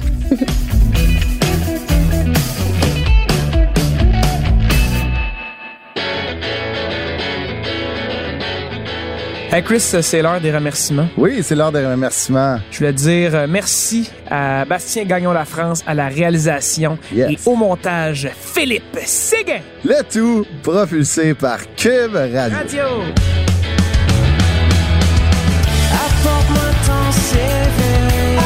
Hey Chris, c'est l'heure des remerciements. Oui, c'est l'heure des remerciements. Je voulais dire merci à Bastien Gagnon-La France à la réalisation yes. et au montage Philippe Séguin. Le tout propulsé par Cube Radio. Radio. Apporte-moi ton C V.